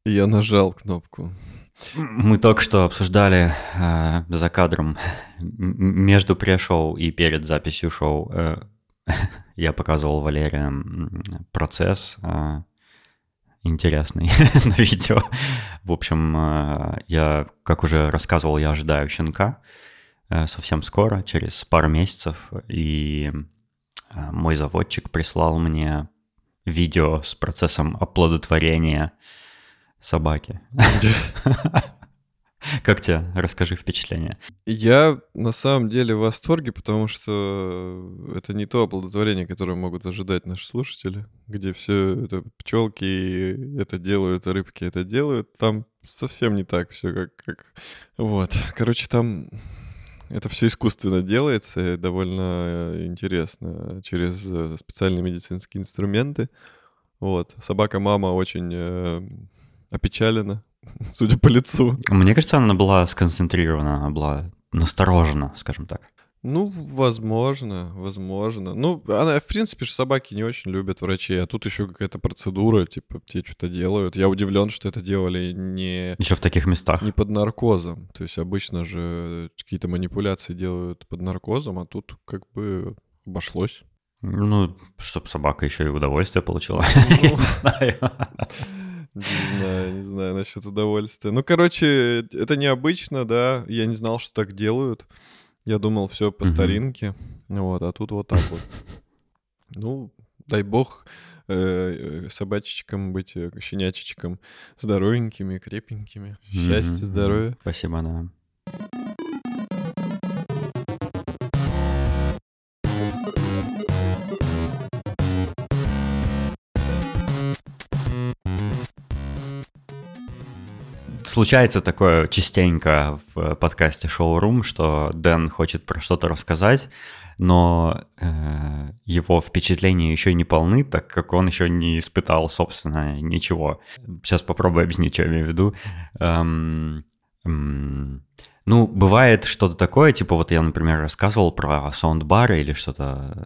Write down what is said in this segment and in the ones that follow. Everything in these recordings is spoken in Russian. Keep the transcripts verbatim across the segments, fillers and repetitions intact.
Я нажал кнопку. Мы только что обсуждали э, за кадром между пре-шоу и перед записью шоу. Э, я показывал Валерия процесс э, интересный на видео. В общем, э, я, как уже рассказывал, я ожидаю щенка э, совсем скоро, через пару месяцев. И э, мой заводчик прислал мне видео с процессом оплодотворения собаки. Как тебе? Расскажи впечатление. Я на самом деле в восторге, потому что это не то оплодотворение, которое могут ожидать наши слушатели, где все это пчелки это делают, а рыбки это делают. Там совсем не так все, как, как... Вот. Короче, там это все искусственно делается, довольно интересно, через специальные медицинские инструменты. Вот. Собака-мама очень э, опечалена, судя по лицу. Мне кажется, она была сконцентрирована, она была насторожена, скажем так. Ну, возможно, возможно. Ну, она, в принципе, же собаки не очень любят врачей, а тут еще какая-то процедура, типа, те что-то делают. Я удивлен, что это делали не... Еще в таких местах. Не под наркозом. То есть обычно же какие-то манипуляции делают под наркозом, а тут как бы обошлось. Ну, чтобы собака еще и удовольствие получила. Не знаю. Не знаю, не знаю насчет удовольствия. Ну, короче, это необычно, да. Я не знал, что так делают. Я думал, все по старинке. Вот, а тут вот так вот. Ну, дай бог собачечкам быть, щенячечкам здоровенькими, крепенькими. Счастья, здоровья. Спасибо, да. Случается такое частенько в подкасте «Шоурум», что Дэн хочет про что-то рассказать, но э, его впечатления еще не полны, так как он еще не испытал, собственно, ничего. Сейчас попробую объяснить, что я имею в виду. Эм, эм, ну, бывает что-то такое, типа вот я, например, рассказывал про саундбары или что-то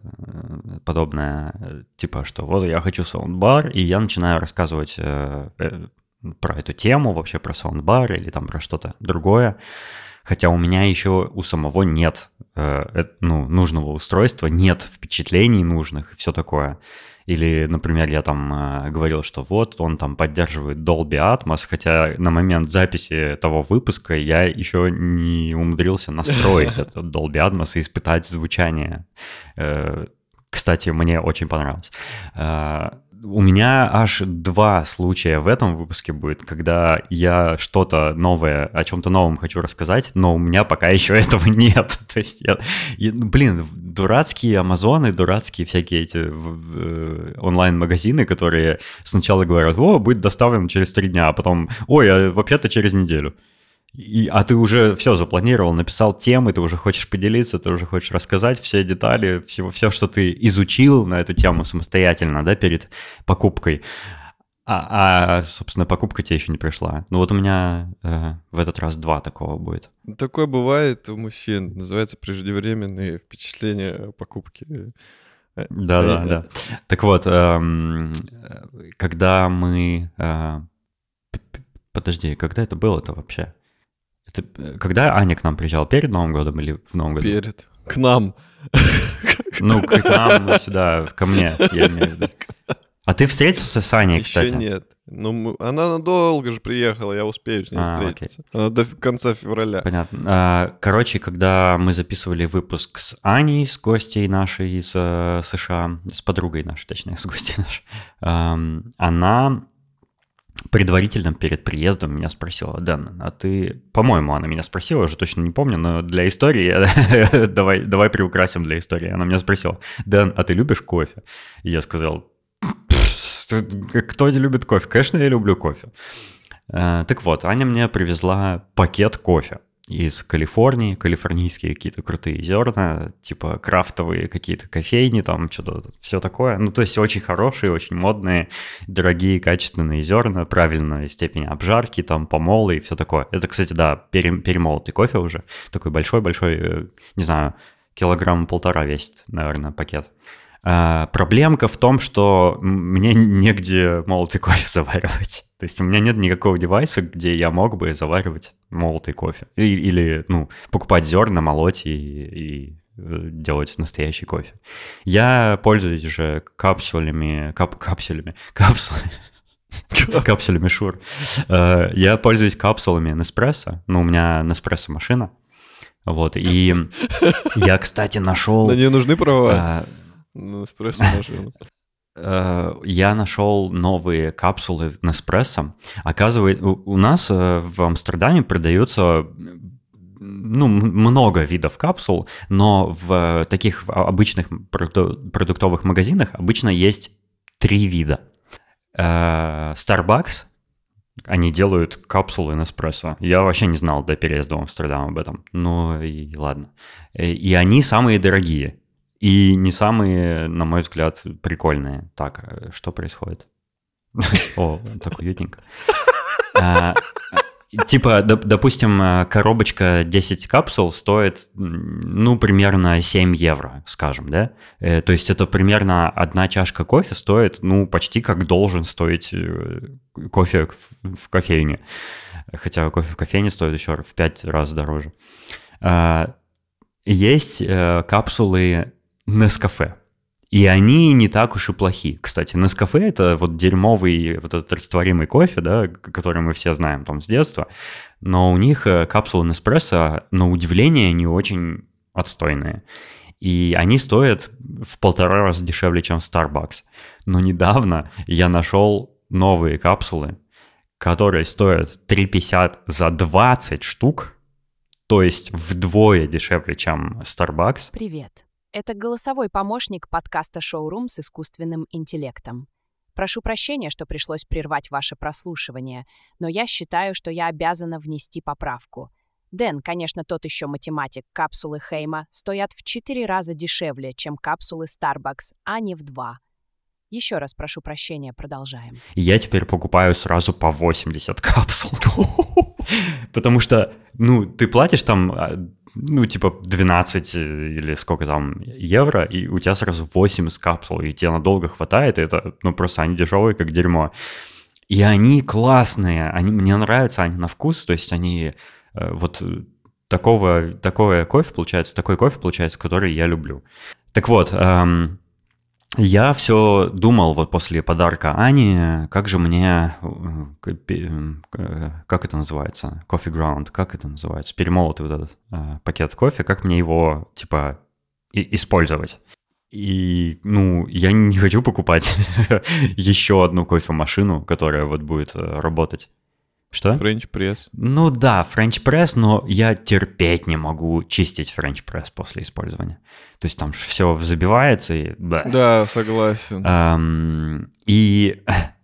подобное, типа что вот я хочу саундбар, и я начинаю рассказывать... Э, э, про эту тему, вообще про саундбар или там про что-то другое. Хотя у меня еще у самого нет э, ну, нужного устройства, нет впечатлений нужных и все такое. Или, например, я там э, говорил, что вот он там поддерживает Dolby Atmos, хотя на момент записи того выпуска я еще не умудрился настроить этот Dolby Atmos и испытать звучание. Э, кстати, мне очень понравилось. Э, У меня аж два случая в этом выпуске будет, когда я что-то новое, о чем-то новом хочу рассказать, но у меня пока еще этого нет. То есть, я, я, блин, дурацкие Амазоны, дурацкие всякие эти онлайн-магазины, которые сначала говорят, о, будет доставлен через три дня, а потом, ой, а вообще-то через неделю. И, а ты уже все запланировал, написал темы, ты уже хочешь поделиться, ты уже хочешь рассказать все детали, все, все, что ты изучил на эту тему самостоятельно, да, перед покупкой. А, а собственно, покупка тебе еще не пришла. Ну вот у меня э, в этот раз два такого будет. Такое бывает у мужчин. Называется преждевременные впечатления о покупке. Да-да-да. Да. Так вот, эм, когда мы... Э, подожди, когда это было-то вообще? Это, когда Аня к нам приезжала? Перед Новым годом или в Новом году? Перед. К нам. Ну, к нам, сюда, ко мне, я имею в виду. А ты встретился с Аней, Еще кстати? Еще нет. Ну, мы... она надолго же приехала, я успею с ней а, встретиться. Окей. Она до конца февраля. Понятно. Короче, когда мы записывали выпуск с Аней, с гостьей нашей из США, с подругой нашей, точнее, с гостьей нашей, она... предварительно перед приездом меня спросила: Дэн, а ты... По-моему, она меня спросила, я уже точно не помню, но для истории... давай, давай приукрасим для истории. Она меня спросила: Дэн, а ты любишь кофе? И я сказал: кто не любит кофе? Конечно, я люблю кофе. Так вот, Аня мне привезла пакет кофе из Калифорнии, калифорнийские какие-то крутые зерна, типа крафтовые какие-то кофейни, там что-то, все такое. Ну, то есть очень хорошие, очень модные, дорогие, качественные зерна, правильной степени обжарки, там помолы и все такое. Это, кстати, да, перемолотый кофе уже, такой большой-большой, не знаю, килограмм полтора весит, наверное, пакет. А, проблемка в том, что мне негде молотый кофе заваривать. То есть у меня нет никакого девайса, где я мог бы заваривать молотый кофе. И, или, ну, покупать зерна, молоть и, и делать настоящий кофе. Я пользуюсь же капсулями, кап, капсулями, капсулями, капсулями Шур. Я пользуюсь капсулами Nespresso. Ну, у меня Nespresso машина. Вот, и я, кстати, нашел... На нее нужны права? На Nespresso машину. Я нашел новые капсулы Nespresso. Оказывается, у нас в Амстердаме продается, ну, много видов капсул, но в таких обычных продуктовых магазинах обычно есть три вида. Starbucks, они делают капсулы Nespresso. Я вообще не знал до переезда в Амстердам об этом. Ну и ладно. И они самые дорогие. И не самые, на мой взгляд, прикольные. Так, что происходит? О, так уютненько. Типа, допустим, коробочка десять капсул стоит, ну, примерно семь евро, скажем, да? То есть это примерно одна чашка кофе стоит, ну, почти как должен стоить кофе в кофейне. Хотя кофе в кофейне стоит еще в пять раз дороже. Есть капсулы Nescafé. И они не так уж и плохи. Кстати, Nescafé — это вот дерьмовый вот этот растворимый кофе, да, который мы все знаем там с детства. Но у них капсулы Nespresso, на удивление, не очень отстойные. И они стоят в полтора раза дешевле, чем Starbucks. Но недавно я нашел новые капсулы, которые стоят три пятьдесят за двадцать штук, то есть вдвое дешевле, чем Starbucks. Привет. Это голосовой помощник подкаста «Шоурум» с искусственным интеллектом. Прошу прощения, что пришлось прервать ваше прослушивание, но я считаю, что я обязана внести поправку. Дэн, конечно, тот еще математик, капсулы Хейма стоят в четыре раза дешевле, чем капсулы Starbucks, а не в два. Еще раз прошу прощения, продолжаем. Я теперь покупаю сразу по восемьдесят капсул. Потому что, ну, ты платишь там... ну, типа двенадцать или сколько там евро, и у тебя сразу восемьдесят капсул, и тебе надолго хватает, и это, ну, просто они дешевые, как дерьмо. И они классные, они, мне нравятся они на вкус, то есть они э, вот такого, такое кофе получается, такой кофе получается, который я люблю. Так вот, эм, я все думал вот после подарка Ани, как же мне, как это называется, coffee ground, как это называется, перемолотый вот этот э, пакет кофе, как мне его, типа, и- использовать. И, ну, я не хочу покупать еще одну кофемашину, которая вот будет работать. Что? French press. Ну да, French press, но я терпеть не могу чистить French press после использования. То есть там все забивается и... Да, да, согласен. Эм, и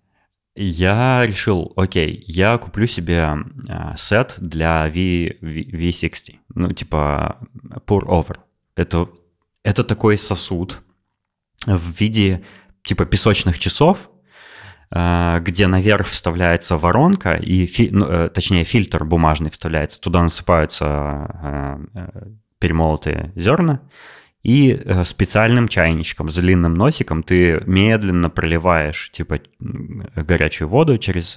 я решил, окей, я куплю себе э, сет для V, v, ви шестьдесят, ну типа pour over. Это, это такой сосуд в виде типа песочных часов, где наверх вставляется воронка, и фи, ну, точнее фильтр бумажный вставляется, туда насыпаются перемолотые зерна, и специальным чайничком с длинным носиком ты медленно проливаешь типа горячую воду через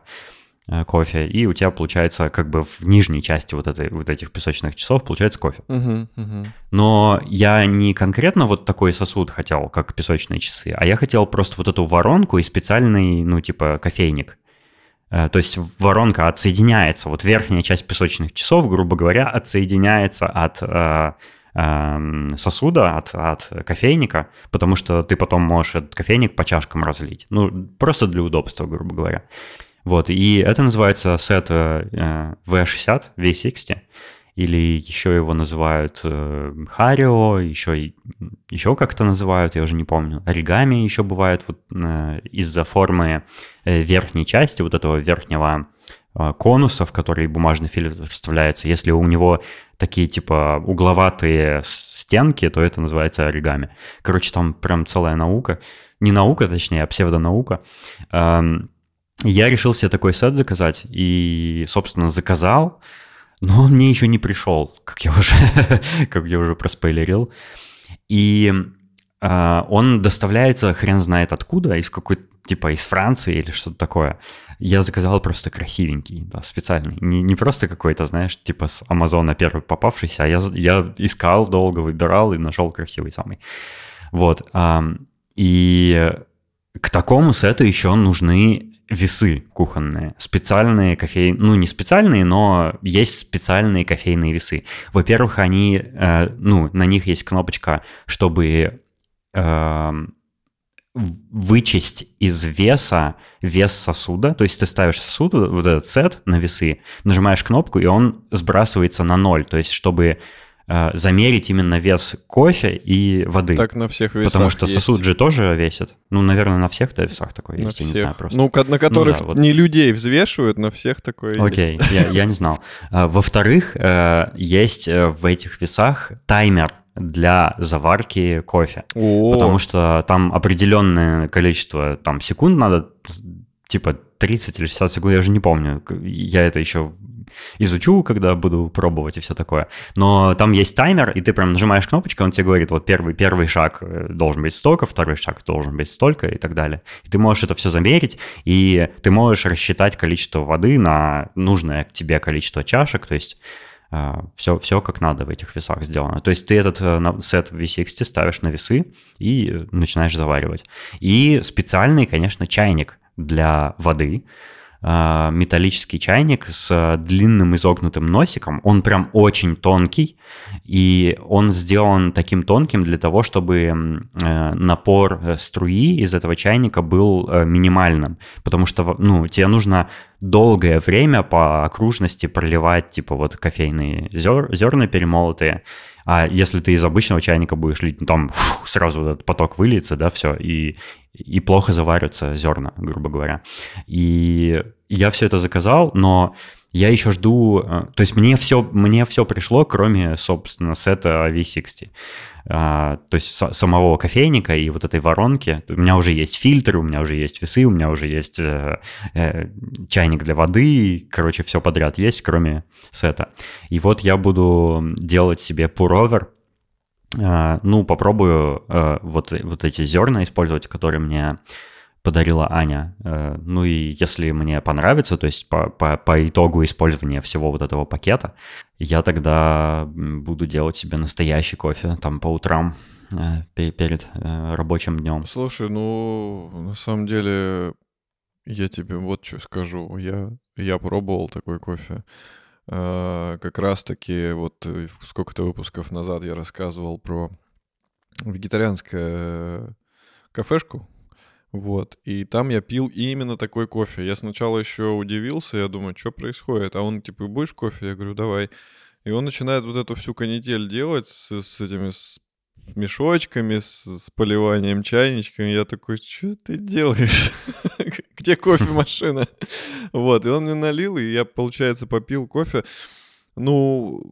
кофе, и у тебя получается как бы в нижней части вот, этой, вот этих песочных часов получается кофе. Uh-huh, uh-huh. Но я не конкретно вот такой сосуд хотел, как песочные часы, а я хотел просто вот эту воронку и специальный, ну, типа кофейник. То есть воронка отсоединяется, вот верхняя часть песочных часов, грубо говоря, отсоединяется от э, э, сосуда, от, от кофейника, потому что ты потом можешь этот кофейник по чашкам разлить. Ну, просто для удобства, грубо говоря. Вот, и это называется сет э, ви шестьдесят, ви шестьдесят, или еще его называют э, Харио, еще, еще как-то называют, я уже не помню. Оригами еще бывает вот, э, из-за формы э, верхней части, вот этого верхнего э, конуса, в который бумажный фильтр вставляется. Если у него такие типа угловатые стенки, то это называется оригами. Короче, там прям целая наука. Не наука, точнее, а псевдонаука. Эм, Я решил себе такой сет заказать и, собственно, заказал, но он мне еще не пришел, как я уже, как я уже проспойлерил. И он доставляется хрен знает откуда, из какой-то, типа из Франции или что-то такое. Я заказал просто красивенький, да, специальный. Не, не просто какой-то, знаешь, типа с Амазона первый попавшийся, а я, я искал долго, выбирал и нашел красивый самый. Вот. И к такому сету еще нужны весы кухонные, специальные кофейные, ну не специальные, но есть специальные кофейные весы. Во-первых, они, э, ну, на них есть кнопочка, чтобы э, вычесть из веса вес сосуда, то есть ты ставишь сосуд, вот этот сет на весы, нажимаешь кнопку, и он сбрасывается на ноль, то есть чтобы замерить именно вес кофе и воды. Так на всех весах Потому что есть. Сосуд же тоже весит. Ну, наверное, на всех-то весах такой на есть, всех. я не знаю просто. Ну, на которых ну, да, вот. не людей взвешивают, на всех такое Окей, есть. я, я не знал. Во-вторых, есть в этих весах таймер для заварки кофе. О. Потому что там определенное количество там, секунд надо, типа тридцать или шестьдесят секунд, я уже не помню. Я это еще изучу, когда буду пробовать и все такое. Но там есть таймер, и ты прям нажимаешь кнопочку, он тебе говорит, вот первый, первый шаг должен быть столько, второй шаг должен быть столько и так далее. И ты можешь это все замерить, и ты можешь рассчитать количество воды на нужное тебе количество чашек, то есть все, все как надо в этих весах сделано. То есть ты этот сет в ви шестьдесят ставишь на весы и начинаешь заваривать. И специальный, конечно, чайник для воды, металлический чайник с длинным изогнутым носиком. Он прям очень тонкий, и он сделан таким тонким для того, чтобы напор струи из этого чайника был минимальным, потому что, ну, тебе нужно долгое время по окружности проливать, типа, вот кофейные зер, зерна перемолотые, а если ты из обычного чайника будешь лить, ну, там фу, сразу этот поток выльется, да, все, и, и плохо заварятся зерна, грубо говоря. И я все это заказал, но я еще жду... То есть мне все, мне все пришло, кроме, собственно, сета ви шестьдесят. То есть самого кофейника и вот этой воронки. У меня уже есть фильтры, у меня уже есть весы, у меня уже есть э, э, чайник для воды. Короче, все подряд есть, кроме сета. И вот я буду делать себе pour-over. Э, ну, попробую э, вот, вот эти зерна использовать, которые мне подарила Аня. Ну и если мне понравится, то есть по, по, по итогу использования всего вот этого пакета, я тогда буду делать себе настоящий кофе там по утрам перед рабочим днем. Слушай, ну на самом деле я тебе вот что скажу. Я, я пробовал такой кофе. Как раз-таки вот сколько-то выпусков назад я рассказывал про вегетарианскую кафешку. Вот, и там я пил именно такой кофе. Я сначала еще удивился, я думаю, что происходит? А он типа, будешь кофе? Я говорю, давай. И он начинает вот эту всю канитель делать с, с этими с мешочками, с, с поливанием чайничками. Я такой, что ты делаешь? Где кофемашина? Вот, и он мне налил, и я, получается, попил кофе. Ну,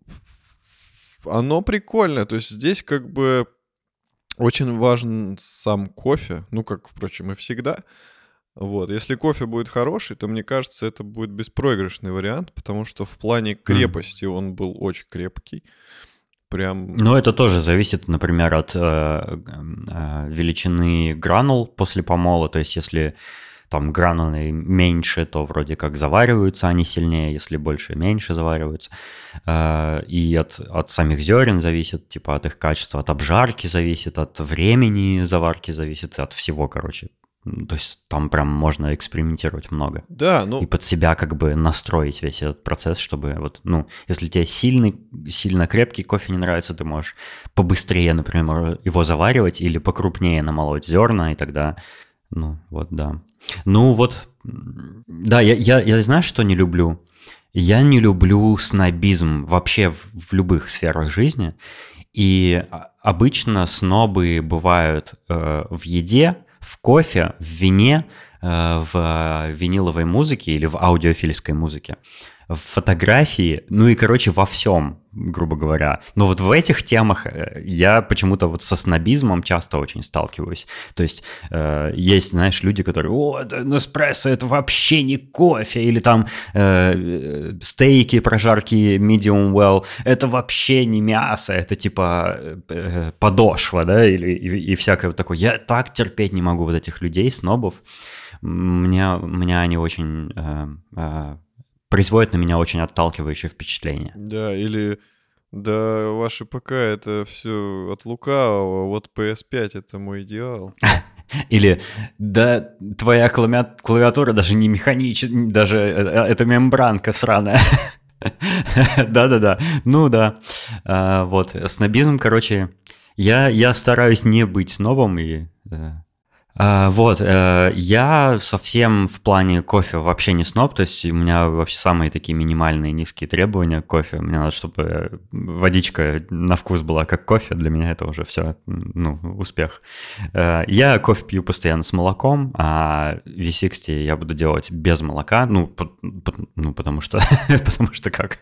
оно прикольное. То есть здесь как бы... Очень важен сам кофе, ну, как, впрочем, и всегда. Вот. Если кофе будет хороший, то, мне кажется, это будет беспроигрышный вариант, потому что в плане крепости mm. он был очень крепкий. Прям... Ну, это тоже зависит, например, от э, э, величины гранул после помола. То есть, если там гранулы меньше, то вроде как завариваются они сильнее, если больше, меньше завариваются. И от, от самих зерен зависит, типа от их качества, от обжарки зависит, от времени заварки зависит, от всего, короче. То есть там прям можно экспериментировать много. Да, ну... И под себя как бы настроить весь этот процесс, чтобы вот, ну, если тебе сильный, сильно крепкий кофе не нравится, ты можешь побыстрее, например, его заваривать или покрупнее намолоть зерна, и тогда, ну, вот, да. Ну вот, да, я, я, я знаешь, что не люблю? Я не люблю снобизм вообще в, в любых сферах жизни. И обычно снобы бывают э, в еде, в кофе, в вине, э, в виниловой музыке или в аудиофильской музыке. в фотографии, ну и, короче, во всем, грубо говоря. Но вот в этих темах я почему-то вот со снобизмом часто очень сталкиваюсь. То есть э, есть, знаешь, люди, которые: о, да, Неспрессо это вообще не кофе, или там э, стейки, прожарки medium well, это вообще не мясо, это типа э, подошва, да, или и, и всякое вот такое. Я так терпеть не могу вот этих людей, снобов. Мне, меня они очень... Э, э, производят на меня очень отталкивающее впечатление. Да, или... Да, ваши ПК — это все от лукавого, вот пи эс пять — это мой идеал. Или, да, твоя клавиатура даже не механическая, даже это мембранка сраная. Да-да-да, ну да. Вот, снобизм, короче, я, я стараюсь не быть снобом и... Uh, вот, uh, я совсем в плане кофе вообще не сноб, то есть у меня вообще самые такие минимальные низкие требования к кофе. Мне надо, чтобы водичка на вкус была как кофе, для меня это уже все, ну, успех. Uh, я кофе пью постоянно с молоком, а ви шестьдесят я буду делать без молока, ну, по, по, ну потому что, потому что как.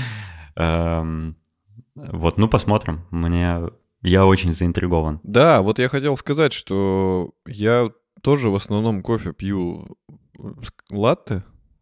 Uh, вот, ну, посмотрим, мне... Я очень заинтригован. Да, вот я хотел сказать, что я тоже в основном кофе пью латте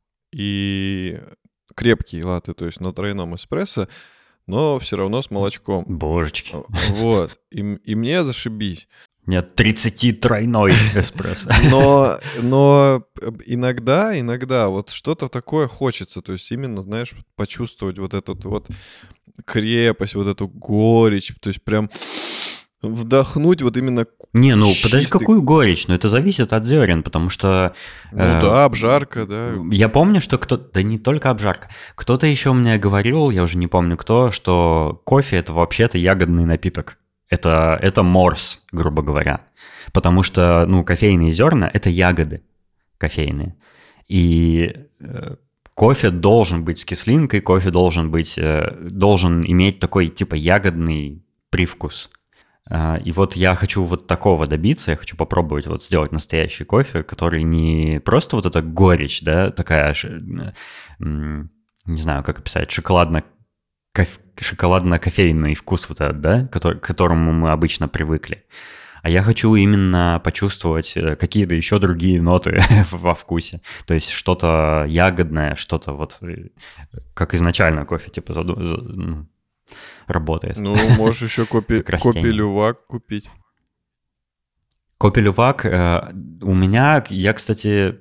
и крепкие латте, то есть на тройном эспрессо, но все равно с молочком. Божечки. Вот, и, и мне зашибись. Нет, тридцатитройной эспрессо. Но, но иногда, иногда вот что-то такое хочется, то есть именно, знаешь, почувствовать вот эту вот крепость, вот эту горечь, то есть прям вдохнуть вот именно... Не, ну чистый... подожди, какую горечь? Ну это зависит от зерен, потому что... Ну э, да, обжарка, да. Я помню, что кто-то... Да не только обжарка. Кто-то еще мне говорил, я уже не помню кто, что кофе — это вообще-то ягодный напиток. Это, это морс, грубо говоря. Потому что, ну, кофейные зерна — это ягоды кофейные. И э, кофе должен быть с кислинкой, кофе должен быть, э, должен иметь такой, типа, ягодный привкус. Э, и вот я хочу вот такого добиться, я хочу попробовать вот сделать настоящий кофе, который не просто вот эта горечь, да, такая, э, э, не знаю, как описать, шоколадно Коф... шоколадно-кофейный вкус вот этот, да, который... к которому мы обычно привыкли. А я хочу именно почувствовать какие-то еще другие ноты во вкусе. То есть что-то ягодное, что-то вот как изначально кофе типа заду... за... работает. Ну, можешь еще копи... копи-лювак купить. Копи-лювак э, у меня, я, кстати,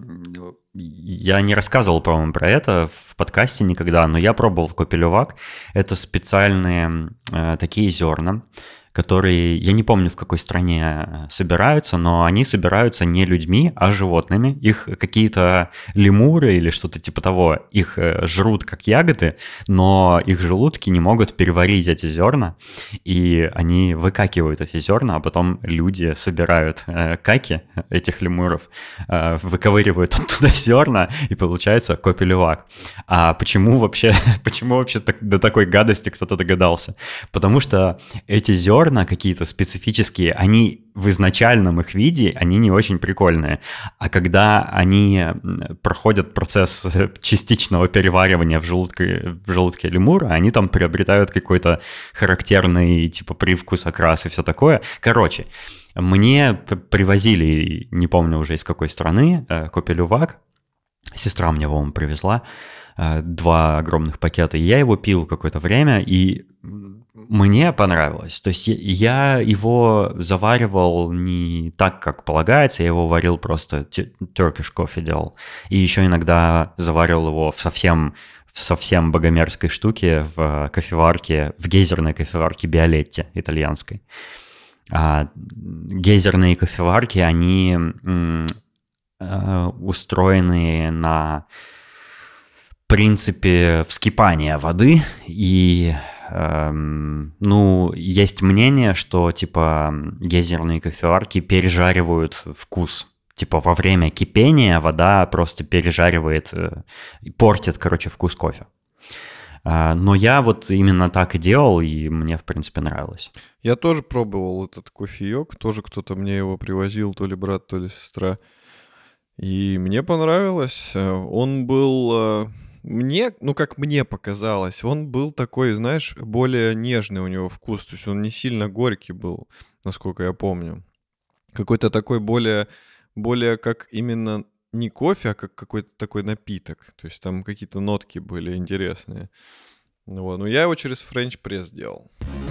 я не рассказывал, по-моему, про это в подкасте никогда, но я пробовал копи-лювак. Это специальные э, такие зерна, которые, я не помню, в какой стране собираются, но они собираются не людьми, а животными. Их какие-то лемуры или что-то типа того, их жрут как ягоды, но их желудки не могут переварить эти зерна, и они выкакивают эти зерна, а потом люди собирают каки этих лемуров, выковыривают оттуда зерна, и получается копи-лювак. А почему вообще, почему вообще так, до такой гадости кто-то догадался? Потому что эти зерна какие-то специфические, они в изначальном их виде, они не очень прикольные. А когда они проходят процесс частичного переваривания в желудке, в желудке лемура, они там приобретают какой-то характерный типа привкус, окрас и все такое. Короче, мне привозили, не помню уже из какой страны, копи-лювак. Сестра мне, по-моему, привезла два огромных пакета, и я его пил какое-то время, и мне понравилось. То есть я его заваривал не так, как полагается, я его варил просто, Turkish coffee делал, и еще иногда заваривал его в совсем, в совсем богомерзкой штуке, в кофеварке, в гейзерной кофеварке Биолетти итальянской. А гейзерные кофеварки, они м, э, устроены на принципе вскипания воды, и эм, ну, есть мнение, что типа гейзерные кофеварки пережаривают вкус. Типа во время кипения вода просто пережаривает, э, портит, короче, вкус кофе. Э, но я вот именно так и делал, и мне, в принципе, нравилось. Я тоже пробовал этот кофеек, тоже кто-то мне его привозил, то ли брат, то ли сестра. И мне понравилось. Он был... Мне, ну, как мне показалось, он был такой, знаешь, более нежный у него вкус. То есть он не сильно горький был, насколько я помню. Какой-то такой более, более как именно не кофе, а как какой-то такой напиток. То есть там какие-то нотки были интересные. Вот. Но я его через French Press делал.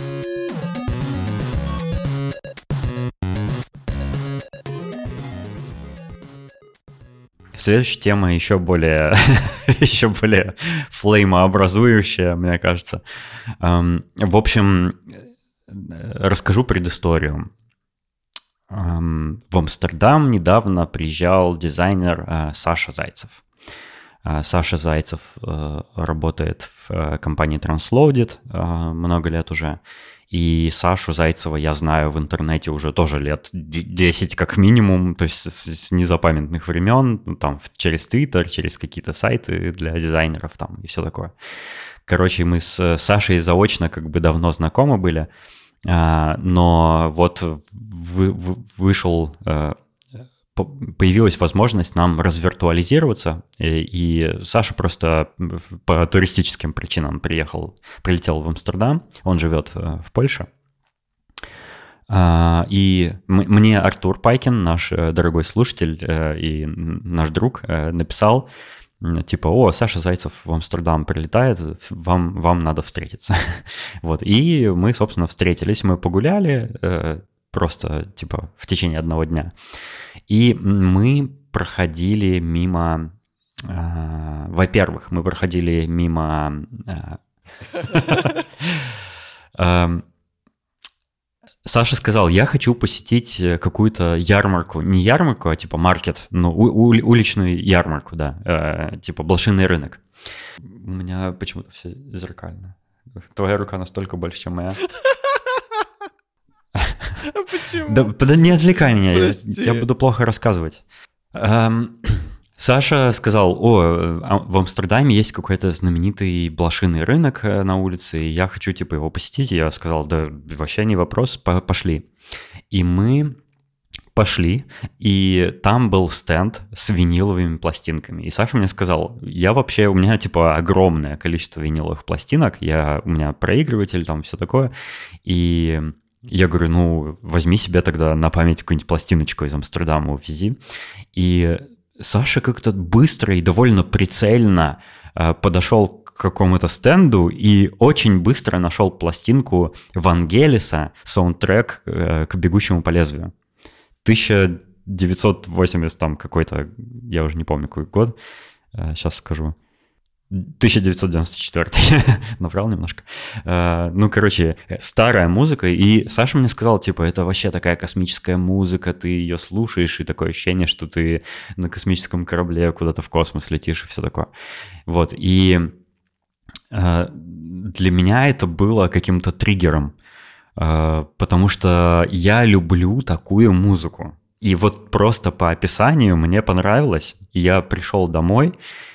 Следующая тема еще более, еще более флеймообразующая, мне кажется. В общем, расскажу предысторию. В Амстердам недавно приезжал дизайнер Саша Зайцев. Саша Зайцев работает в компании Transloaded много лет уже. И Сашу Зайцева я знаю в интернете уже тоже лет десять как минимум, то есть с незапамятных времен, там через Twitter, через какие-то сайты для дизайнеров там и все такое. Короче, мы с Сашей заочно как бы давно знакомы были, но вот вы, вышел... появилась возможность нам развиртуализироваться, и, и Саша просто по туристическим причинам приехал, прилетел в Амстердам, он живет в Польше. И мне Артур Пайкин, наш дорогой слушатель и наш друг, написал, типа, о, Саша Зайцев в Амстердам прилетает, вам, вам надо встретиться. Вот, и мы, собственно, встретились, мы погуляли, просто, типа, в течение одного дня. И мы проходили мимо... Э, во-первых, мы проходили мимо... Э, э, Саша сказал, я хочу посетить какую-то ярмарку. Не ярмарку, а типа маркет, ну, у- уличную ярмарку, да. Э, типа блошиный рынок. У меня почему-то все зеркально. Твоя рука настолько больше, чем моя. А почему? Да, да не отвлекай меня, я, Прости. я буду плохо рассказывать. Эм, Саша сказал, о, в Амстердаме есть какой-то знаменитый блошиный рынок на улице, и я хочу типа его посетить. И я сказал, да вообще не вопрос, пошли. И мы пошли, и там был стенд с виниловыми пластинками. И Саша мне сказал, я вообще, у меня типа огромное количество виниловых пластинок, я, у меня проигрыватель, там все такое, и... Я говорю, ну, возьми себе тогда на память какую-нибудь пластиночку из Амстердама увези. И Саша как-то быстро и довольно прицельно э, подошел к какому-то стенду и очень быстро нашел пластинку Вангелиса, саундтрек э, к «Бегущему по лезвию». тысяча девятьсот восемьдесят там какой-то, я уже не помню какой год, э, сейчас скажу. тысяча девятьсот девяносто четвёртый, наврал немножко. Uh, ну, короче, старая музыка, и Саша мне сказал, типа, это вообще такая космическая музыка, ты ее слушаешь, и такое ощущение, что ты на космическом корабле куда-то в космос летишь, и все такое. Вот, и uh, для меня это было каким-то триггером, uh, потому что я люблю такую музыку. И вот просто по описанию мне понравилось, и я пришел домой.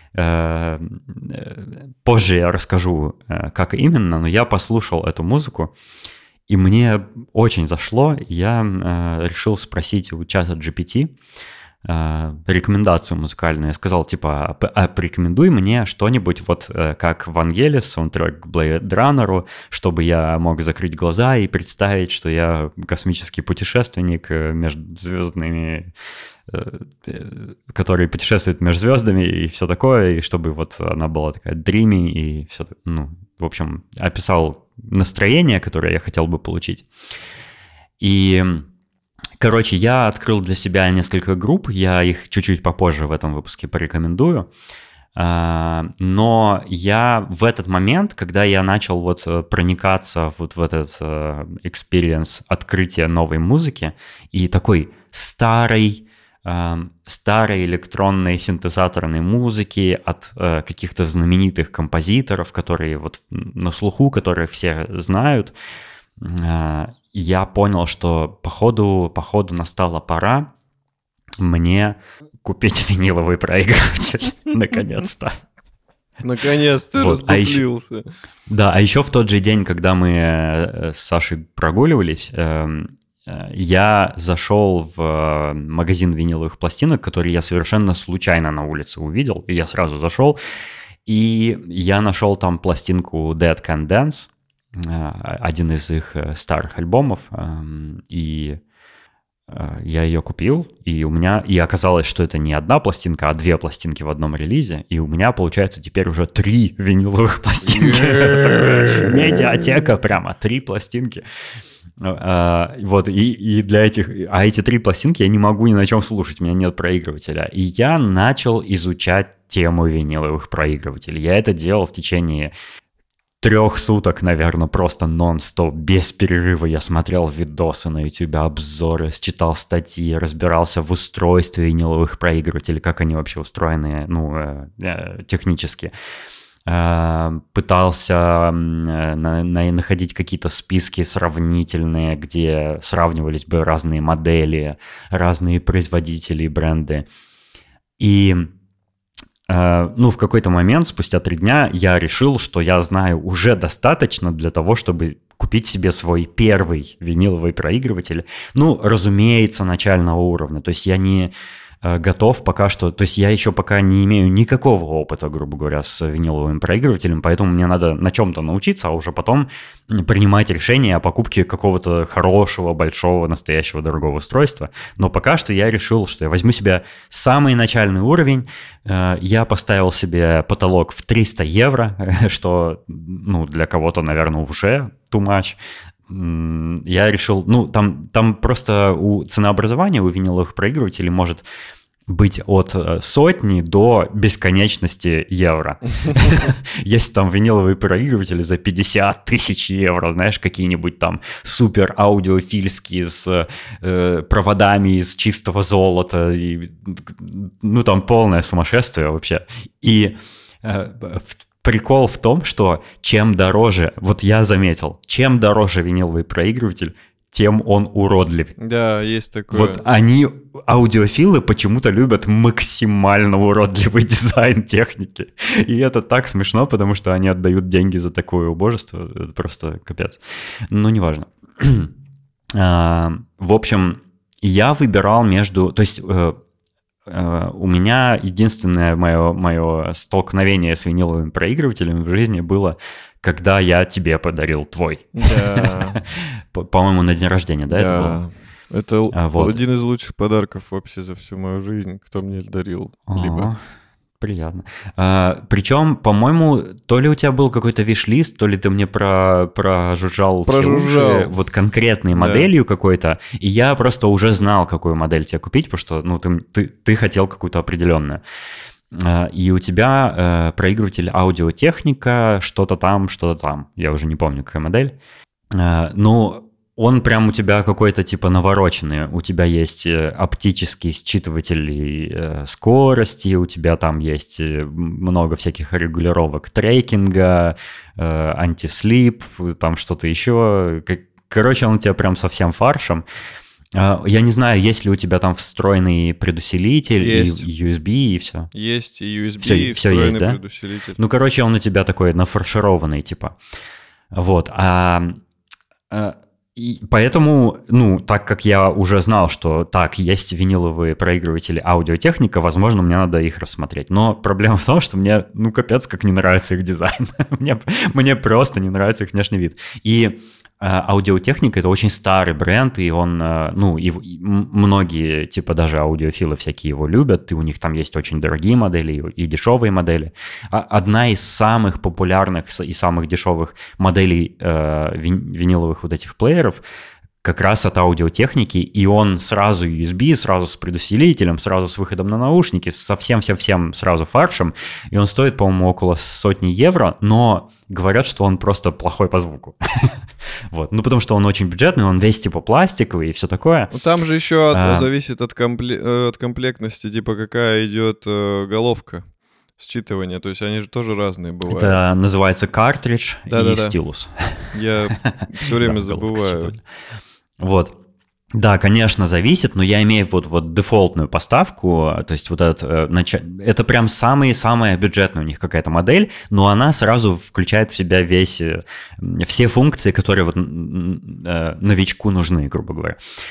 Позже я расскажу, как именно, но я послушал эту музыку, и мне очень зашло. Я решил спросить у чата джи пи ти рекомендацию музыкальную. Я сказал, типа, а порекомендуй мне что-нибудь вот как Вангелис, саундтрек к Blade Runner, чтобы я мог закрыть глаза и представить, что я космический путешественник между звездными, который путешествует между звездами и все такое, и чтобы вот она была такая dreamy и все, ну, в общем, описал настроение, которое я хотел бы получить. И, короче, я открыл для себя несколько групп, я их чуть-чуть попозже в этом выпуске порекомендую, но я в этот момент, когда я начал вот проникаться вот в этот experience открытия новой музыки и такой старой, старой электронной синтезаторной музыки от э, каких-то знаменитых композиторов, которые вот на слуху, которые все знают, э, я понял, что походу, походу настала пора мне купить виниловый проигрыватель, наконец-то. Наконец-то вот. расступился. А еще, да, а еще в тот же день, когда мы с Сашей прогуливались, э, я зашел в магазин виниловых пластинок, который я совершенно случайно на улице увидел, и я сразу зашел, И я нашел там пластинку Dead Can Dance, один из их старых альбомов, и я ее купил, и у меня и оказалось, что это не одна пластинка, а две пластинки в одном релизе, и у меня, получается, теперь уже три виниловых пластинки. Медиатека прямо, три пластинки. Вот, и, и для этих... А эти три пластинки я не могу ни на чем слушать, у меня нет проигрывателя. И я начал изучать тему виниловых проигрывателей. Я это делал в течение... трех суток, наверное, просто нон-стоп, без перерыва. Я смотрел видосы на YouTube, обзоры, читал статьи, разбирался в устройстве виниловых проигрывателей, как они вообще устроены, ну, э, технически. Э, пытался на, на, находить какие-то списки сравнительные, где сравнивались бы разные модели, разные производители и бренды. И... Ну, в какой-то момент, спустя три дня, я решил, что я знаю уже достаточно для того, чтобы купить себе свой первый виниловый проигрыватель. Ну, разумеется, начального уровня. То есть я не готов пока что... То есть я еще пока не имею никакого опыта, грубо говоря, с виниловым проигрывателем, поэтому мне надо на чем-то научиться, а уже потом принимать решение о покупке какого-то хорошего, большого, настоящего, дорогого устройства. Но пока что я решил, что я возьму себе самый начальный уровень. Я поставил себе потолок в триста евро, что, ну, для кого-то, наверное, уже too much. Я решил, ну, там, там просто у ценообразования у виниловых проигрывателей может быть от сотни до бесконечности евро. Есть там виниловые проигрыватели за пятьдесят тысяч евро, знаешь, какие-нибудь там супер аудиофильские с э, проводами из чистого золота. И, ну, там полное сумасшествие вообще. И э, прикол в том, что чем дороже, вот я заметил, чем дороже виниловый проигрыватель, тем он уродливее. Да, есть такое. Вот они, аудиофилы, почему-то любят максимально уродливый дизайн техники. И это так смешно, потому что они отдают деньги за такое убожество. Это просто капец. Но неважно. В общем, я выбирал между... То есть... У меня единственное мое, мое столкновение с виниловым проигрывателем в жизни было, когда я тебе подарил твой. Да. По-моему, на день рождения, да, да. это было? Это а, вот. один из лучших подарков вообще за всю мою жизнь, кто мне дарил. О, либо. Приятно. А, причем, по-моему, то ли у тебя был какой-то виш-лист, то ли ты мне про, прожужжал, прожужжал. все уши вот конкретной моделью да. какой-то, и я просто уже знал, какую модель тебе купить, потому что ну, ты, ты, ты хотел какую-то определенную. А, и у тебя а, проигрыватель аудиотехника, что-то там, что-то там. Я уже не помню, какая модель. А, ну... Он прям у тебя какой-то типа навороченный. У тебя есть оптический считыватель скорости, у тебя там есть много всяких регулировок трекинга, антислип, там что-то еще. Короче, он у тебя прям совсем фаршем. Я не знаю, есть ли у тебя там встроенный предусилитель, есть. И ю эс би, и все. Есть и ю эс би, все, и все встроенный есть, да? предусилитель. Ну, короче, он у тебя такой нафаршированный, типа. Вот. А... И поэтому, ну, так как я уже знал, что так, есть виниловые проигрыватели аудиотехника, возможно, мне надо их рассмотреть. Но проблема в том, что мне, ну, капец, как не нравится их дизайн. мне, мне просто не нравится их внешний вид. И э, аудиотехника — это очень старый бренд, и он, э, ну, и, и многие, типа, даже аудиофилы всякие его любят, и у них там есть очень дорогие модели и, и дешевые модели. А, одна из самых популярных и самых дешевых моделей э, вин, виниловых вот этих плееров как раз от аудиотехники, и он сразу ю эс би, сразу с предусилителем, сразу с выходом на наушники, со всем-всем-всем сразу фаршем, и он стоит, по-моему, около сотни евро, но говорят, что он просто плохой по звуку. Вот. Ну, потому что он очень бюджетный, он весь типа пластиковый и все такое. Ну, там же еще от, а... зависит от, компле... от комплектности, типа какая идет э, головка считывания, то есть они же тоже разные бывают. Это называется картридж да, и да, да. стилус. Я все время забываю. Вот. Да, конечно, зависит, но я имею вот, вот дефолтную поставку, то есть вот этот, это прям самая-самая бюджетная у них какая-то модель, но она сразу включает в себя весь, все функции, которые вот новичку нужны, грубо говоря.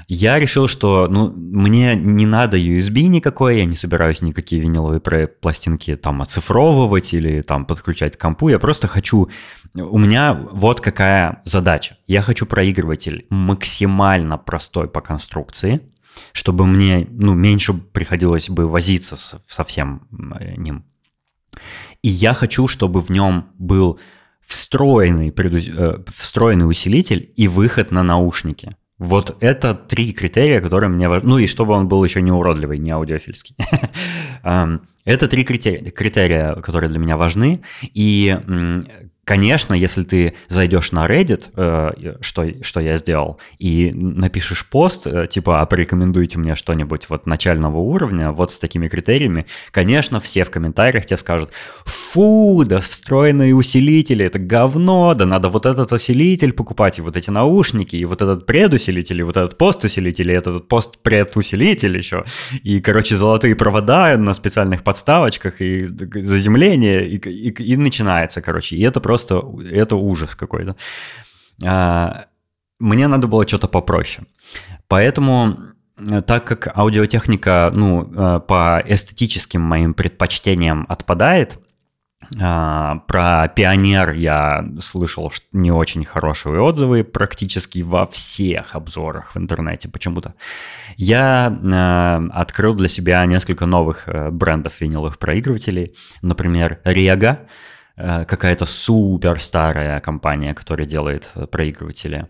Я решил, что ну, мне не надо ю эс би никакой, я не собираюсь никакие виниловые пластинки там оцифровывать или там подключать к компу, я просто хочу... У меня вот какая задача. Я хочу проигрыватель максимально простой по конструкции, чтобы мне ну, меньше приходилось бы возиться с, со всем ним. И я хочу, чтобы в нем был встроенный, преду... встроенный усилитель и выход на наушники. Вот это три критерия, которые мне важны. Ну и чтобы он был еще не уродливый, не аудиофильский. Это три критерия, критерия, которые для меня важны. И, конечно, если ты зайдешь на Reddit, что, что я сделал, и напишешь пост, типа, а порекомендуйте мне что-нибудь вот начального уровня, вот с такими критериями, конечно, все в комментариях тебе скажут: фу, да встроенные усилители, это говно, да надо вот этот усилитель покупать, и вот эти наушники, и вот этот предусилитель, и вот этот постусилитель, и этот постпредусилитель еще, и, короче, золотые провода на специальных подставочках, и заземление, и, и, и начинается, короче, и это просто Просто это ужас какой-то. Мне надо было что-то попроще. Поэтому, так как аудиотехника, ну, по эстетическим моим предпочтениям отпадает, про Pioneer я слышал не очень хорошие отзывы практически во всех обзорах в интернете почему-то. Я открыл для себя несколько новых брендов виниловых проигрывателей. Например, Rega, какая-то супер старая компания, которая делает проигрыватели.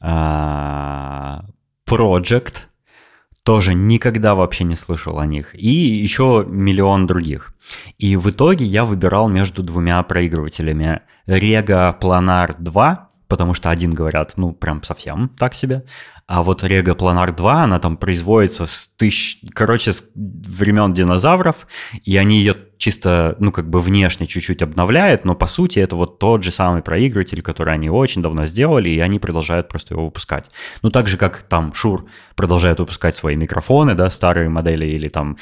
Project, тоже никогда вообще не слышал о них. И еще миллион других. И в итоге я выбирал между двумя проигрывателями. Rega Planar два, потому что один, говорят, ну прям совсем так себе. А вот Rega Planar два, она там производится с тысяч, короче, с времен динозавров, и они ее чисто, ну, как бы внешне чуть-чуть обновляют, но по сути это вот тот же самый проигрыватель, который они очень давно сделали, и они продолжают просто его выпускать. Ну, так же, как там Shure продолжает выпускать свои микрофоны, да, старые модели, или там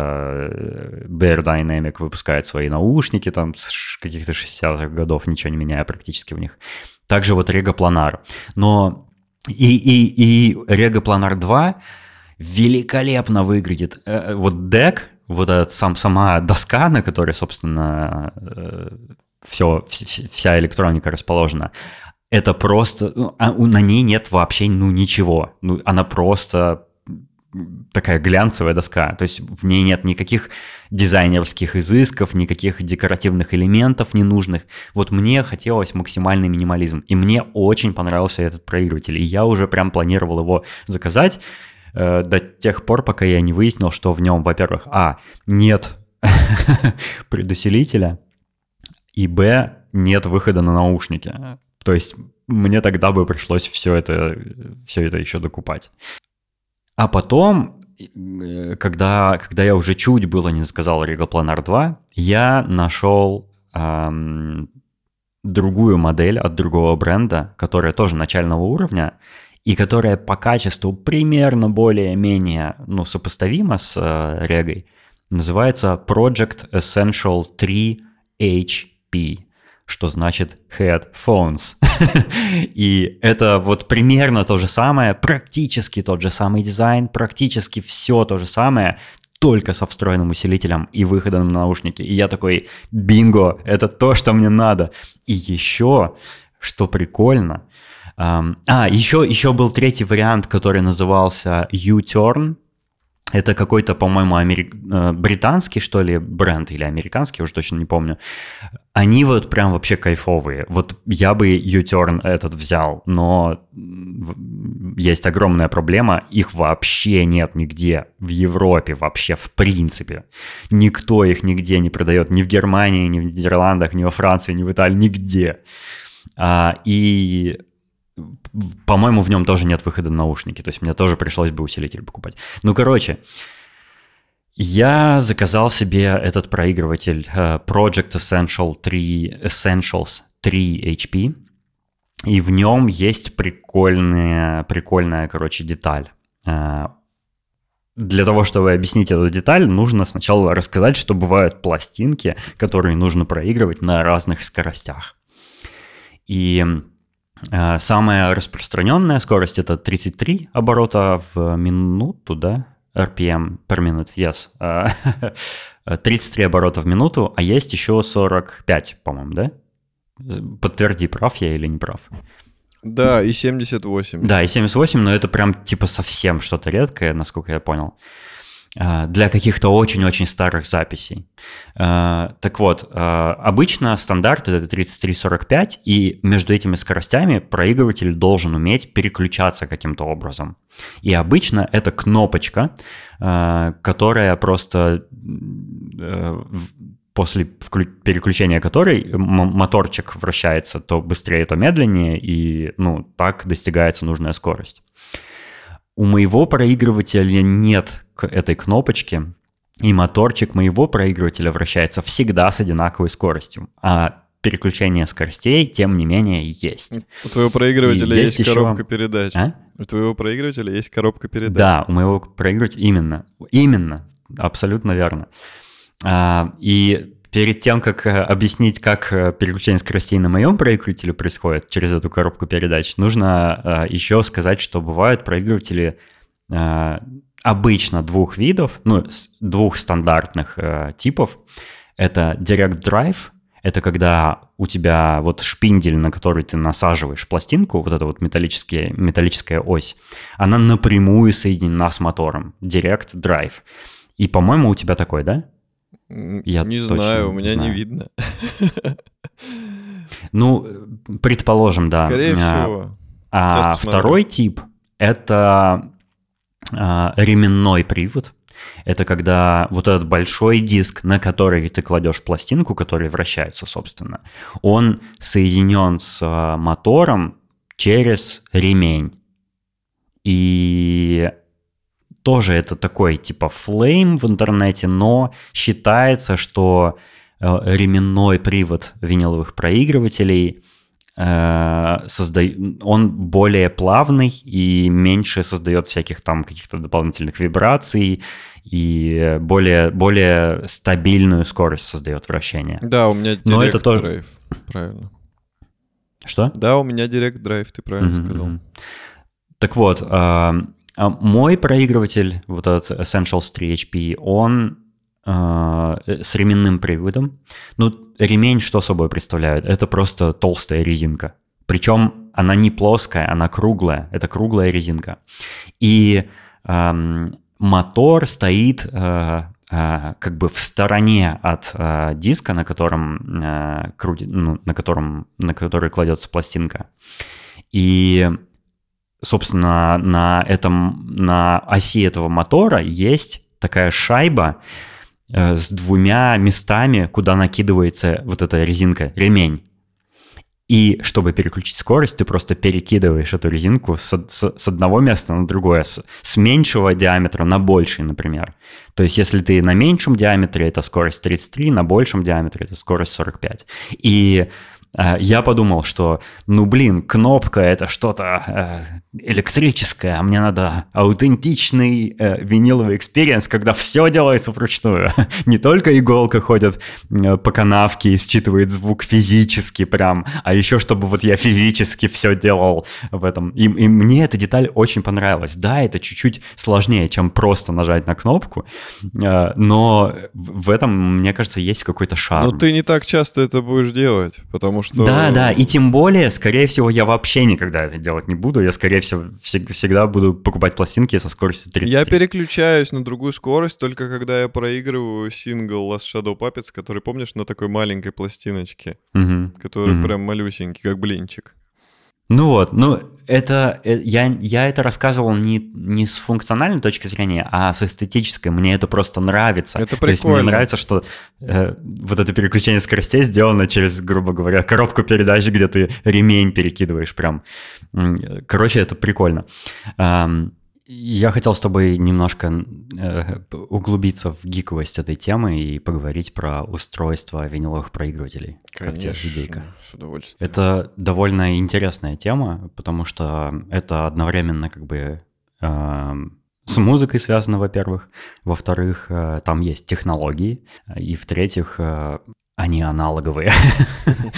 э, Beyerdynamic выпускает свои наушники там с каких-то шестидесятых годов, ничего не меняя практически в них. Также вот Rega Planar. Но и, и, и Rega Planar два великолепно выглядит. Вот дек, вот этот, сам, сама доска, на которой, собственно, все, вся электроника расположена, это просто... Ну, на ней нет вообще ну, ничего. Ну, она просто такая глянцевая доска. То есть в ней нет никаких дизайнерских изысков, никаких декоративных элементов ненужных. Вот мне хотелось максимальный минимализм. И мне очень понравился этот проигрыватель. И я уже прям планировал его заказать э, до тех пор, пока я не выяснил, что в нем, во-первых, а, нет предусилителя, и б, нет выхода на наушники. То есть мне тогда бы пришлось все это, все это еще докупать. А потом, когда, когда я уже чуть было не сказал Rega Planar два, я нашел эм, другую модель от другого бренда, которая тоже начального уровня, и которая по качеству примерно более-менее ну, сопоставима с э, Rega. Называется Project Essential три эйч пи. Что значит headphones. И это вот примерно то же самое, практически тот же самый дизайн, практически все то же самое, только со встроенным усилителем и выходом на наушники. И я такой, бинго, это то, что мне надо. И еще, что прикольно, эм, а, еще, еще был третий вариант, который назывался U-Turn. Это какой-то, по-моему, америк... британский, что ли, бренд, или американский, уже точно не помню. Они вот прям вообще кайфовые. Вот я бы U-Turn этот взял, но есть огромная проблема, их вообще нет нигде в Европе, вообще в принципе. Никто их нигде не продает, ни в Германии, ни в Нидерландах, ни во Франции, ни в Италии, нигде. А, и... По-моему, в нем тоже нет выхода на наушники, то есть мне тоже пришлось бы усилитель покупать. Ну, короче, я заказал себе этот проигрыватель Project Essential три, Essentials три эйч пи, и в нем есть прикольная, прикольная, короче, деталь. Для того, чтобы объяснить эту деталь, нужно сначала рассказать, что бывают пластинки, которые нужно проигрывать на разных скоростях. И Самая распространенная скорость — это тридцать три оборота в минуту, да? эр пи эм per minute, yes. тридцать три оборота в минуту, а есть еще сорок пять, по-моему, да? Подтверди, прав я или не прав. Да, и семьдесят восемь. Да, и семьдесят восемь, но это прям типа совсем что-то редкое, насколько я понял. Для каких-то очень-очень старых записей. Так вот, обычно стандарт — это тридцать три сорок пять, и между этими скоростями проигрыватель должен уметь переключаться каким-то образом. И обычно это кнопочка, которая просто после переключения которой моторчик вращается то быстрее, то медленнее, и ну, так достигается нужная скорость. У моего проигрывателя нет этой кнопочки, и моторчик моего проигрывателя вращается всегда с одинаковой скоростью. А переключение скоростей, тем не менее, есть. У твоего проигрывателя есть, есть коробка еще... передач. А? У твоего проигрывателя есть коробка передач. Да, у моего проигрывателя именно. Именно. Абсолютно верно. А, и перед тем, как объяснить, как переключение скоростей на моем проигрывателе происходит через эту коробку передач, нужно еще сказать, что бывают проигрыватели обычно двух видов, ну, двух стандартных типов. Это Direct Drive. Это когда у тебя вот шпиндель, на который ты насаживаешь пластинку, вот эта вот металлическая, металлическая ось, она напрямую соединена с мотором. Direct Drive. И, по-моему, у тебя такой, да? Я не знаю, у меня знаю. не видно. Ну, предположим, да. Скорее всего. А второй тип — это а, ременной привод. Это когда вот этот большой диск, на который ты кладешь пластинку, который вращается, собственно, он соединен с мотором через ремень. И тоже это такой типа флейм в интернете, но считается, что ременной привод виниловых проигрывателей э, созда... он более плавный и меньше создает всяких там каких-то дополнительных вибраций и более, более стабильную скорость создает вращение. Да, у меня Direct это тоже... Drive, правильно. Что? Да, у меня Direct Drive, ты правильно mm-hmm. сказал. Так вот, э, мой проигрыватель, вот этот Essentials три эйч пи, он э, с ременным приводом. Ну, ремень что собой представляет? Это просто толстая резинка. Причем она не плоская, она круглая. Это круглая резинка. И э, мотор стоит э, э, как бы в стороне от э, диска, на котором, э, крути, ну, на, котором, на который кладется пластинка. И... Собственно, на, этом, на оси этого мотора есть такая шайба э, с двумя местами, куда накидывается вот эта резинка, ремень. И чтобы переключить скорость, ты просто перекидываешь эту резинку с, с, с одного места на другое, с, с меньшего диаметра на больший, например. То есть если ты на меньшем диаметре, это скорость тридцать три, на большем диаметре это скорость сорок пять. И я подумал, что, ну, блин, кнопка — это что-то э, электрическое, а мне надо аутентичный э, виниловый экспириенс, когда все делается вручную. Не только иголка ходит э, по канавке и считывает звук физически прям, а еще чтобы вот я физически все делал в этом. И, и мне эта деталь очень понравилась. Да, это чуть-чуть сложнее, чем просто нажать на кнопку, э, но в этом, мне кажется, есть какой-то шарм. Но ты не так часто это будешь делать, потому что... Да, да, и тем более, скорее всего, я вообще никогда это делать не буду. Я, скорее всего, всегда буду покупать пластинки со скоростью тридцать три. Я переключаюсь на другую скорость только когда я проигрываю сингл Last Shadow Puppets, который, помнишь, на такой маленькой пластиночке, угу. который угу. прям малюсенький, как блинчик. Ну вот, ну это я, я это рассказывал не, не с функциональной точки зрения, а с эстетической. Мне это просто нравится. Это прикольно. То есть мне нравится, что э, вот это переключение скоростей сделано через, грубо говоря, коробку передач, где ты ремень перекидываешь прям. Короче, это прикольно. Эм, я хотел с тобой немножко э, углубиться в гиковость этой темы и поговорить про устройство виниловых проигрывателей. Конечно, как тебе идейка? С удовольствием. Это довольно интересная тема, потому что это одновременно как бы э, с музыкой связано, во-первых. Во-вторых, э, там есть технологии. И в-третьих, э, они аналоговые.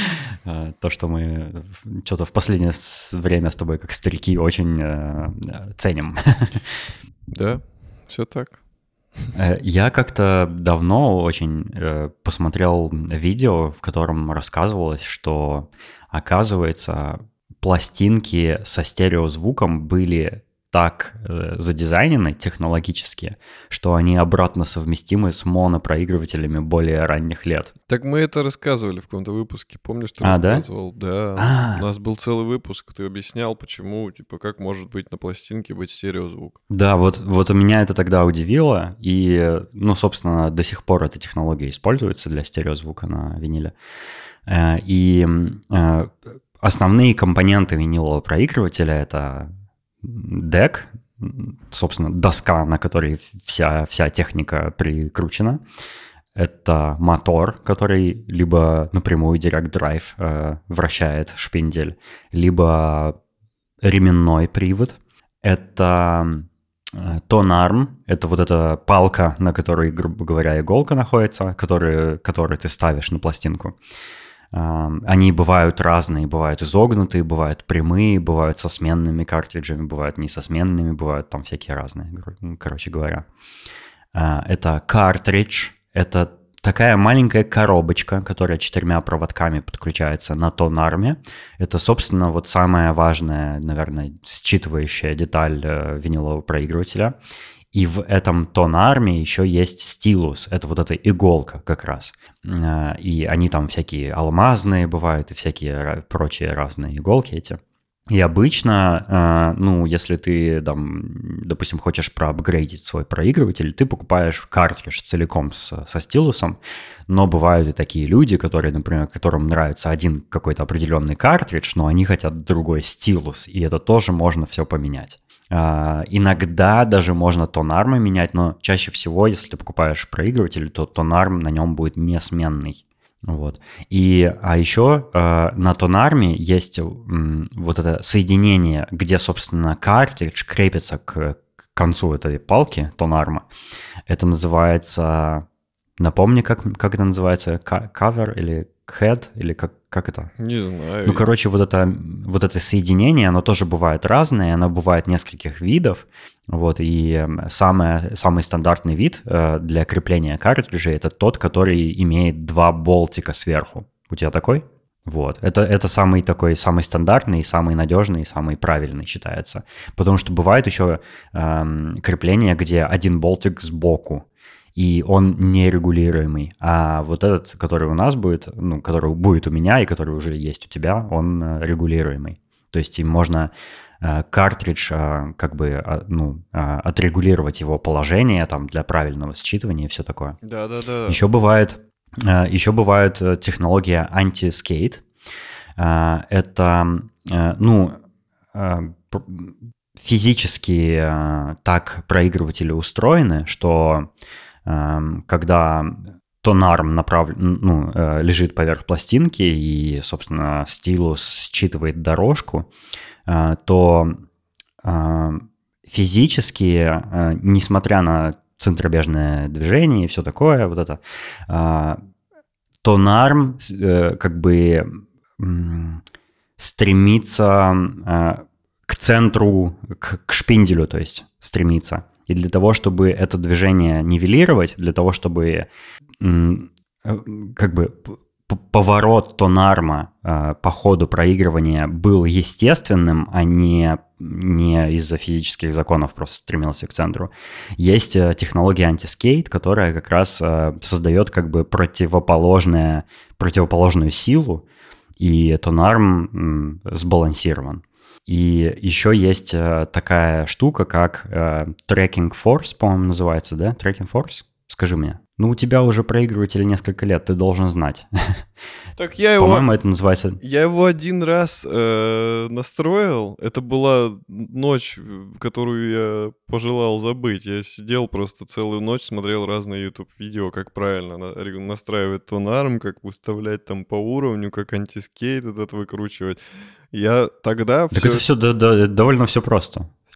То, что мы что-то в последнее время с тобой, как старики, очень ценим. Да, все так. Я как-то давно очень посмотрел видео, в котором рассказывалось, что, оказывается, пластинки со стереозвуком были так э, задизайнены технологически, что они обратно совместимы с монопроигрывателями более ранних лет. Так мы это рассказывали в каком-то выпуске. Помнишь, ты а, рассказывал? Да. да. А. У нас был целый выпуск, ты объяснял, почему, типа, как может быть на пластинке быть стереозвук. Да, вот, вот у меня это тогда удивило, и, ну, собственно, до сих пор эта технология используется для стереозвука на виниле. И основные компоненты винилового проигрывателя — это дек, собственно, доска, на которой вся, вся техника прикручена. Это мотор, который либо напрямую Direct Drive э, вращает шпиндель, либо ременной привод. Это э, тон-арм, это вот эта палка, на которой, грубо говоря, иголка находится, которую, которую ты ставишь на пластинку. Они бывают разные, бывают изогнутые, бывают прямые, бывают со сменными картриджами, бывают не со сменными, бывают там всякие разные, короче говоря. Это картридж, это такая маленькая коробочка, которая четырьмя проводками подключается на тон-арме. Это, собственно, вот самая важная, наверное, считывающая деталь винилового проигрывателя. И в этом тон-арме еще есть стилус, это вот эта иголка как раз. И они там всякие алмазные бывают и всякие прочие разные иголки эти. И обычно, ну, если ты, там, допустим, хочешь проапгрейдить свой проигрыватель, ты покупаешь картридж целиком с, со стилусом, но бывают и такие люди, которые, например, которым нравится один какой-то определенный картридж, но они хотят другой стилус, и это тоже можно все поменять. Uh, иногда даже можно тон-армы менять, но чаще всего, если ты покупаешь проигрыватель, то тон-арм на нем будет несменный. Вот. И, а еще uh, на тон-арме есть um, вот это соединение, где, собственно, картридж крепится к, к концу этой палки тон-арма. Это называется... Напомни, как, как это называется? Cover или head? Или как, как это? Не знаю. Ну, короче, вот это, вот это соединение, оно тоже бывает разное, оно бывает нескольких видов. Вот, и самое, самый стандартный вид э, для крепления картриджей — это тот, который имеет два болтика сверху. У тебя такой? Вот. Это, это самый такой, самый стандартный, самый надежный, самый правильный считается. Потому что бывает еще э, крепление, где один болтик сбоку, и он нерегулируемый. А вот этот, который у нас будет, ну, который будет у меня и который уже есть у тебя, он регулируемый. То есть им можно э, картридж э, как бы э, ну, э, отрегулировать его положение там, для правильного считывания и все такое. Да-да-да. Еще бывает, э, еще бывает технология anti-skate. Э, это, э, ну, э, физически э, так проигрыватели устроены, что когда тон-арм направ... ну, лежит поверх пластинки и, собственно, стилус считывает дорожку, то физически, несмотря на центробежное движение и все такое, вот это, тон-арм как бы стремится к центру, к, к шпинделю, то есть стремится. И для того, чтобы это движение нивелировать, для того, чтобы как бы поворот тон-арма э, по ходу проигрывания был естественным, а не, не из-за физических законов просто стремился к центру, есть технология антискейт, которая как раз э, создает как бы противоположное, противоположную силу, и тон-арм э, сбалансирован. И еще есть э, такая штука, как э, tracking force, по-моему, называется, да? Tracking force? Скажи мне. Ну, у тебя уже проигрыватель несколько лет, ты должен знать. Так я его... По-моему, это называется... Я его один раз э, настроил. Это была ночь, которую я пожелал забыть. Я сидел просто целую ночь, смотрел разные YouTube-видео, как правильно на- настраивать тон-арм, как выставлять там по уровню, как антискейт этот выкручивать. Я тогда... Так всё... это все да, да, довольно все просто.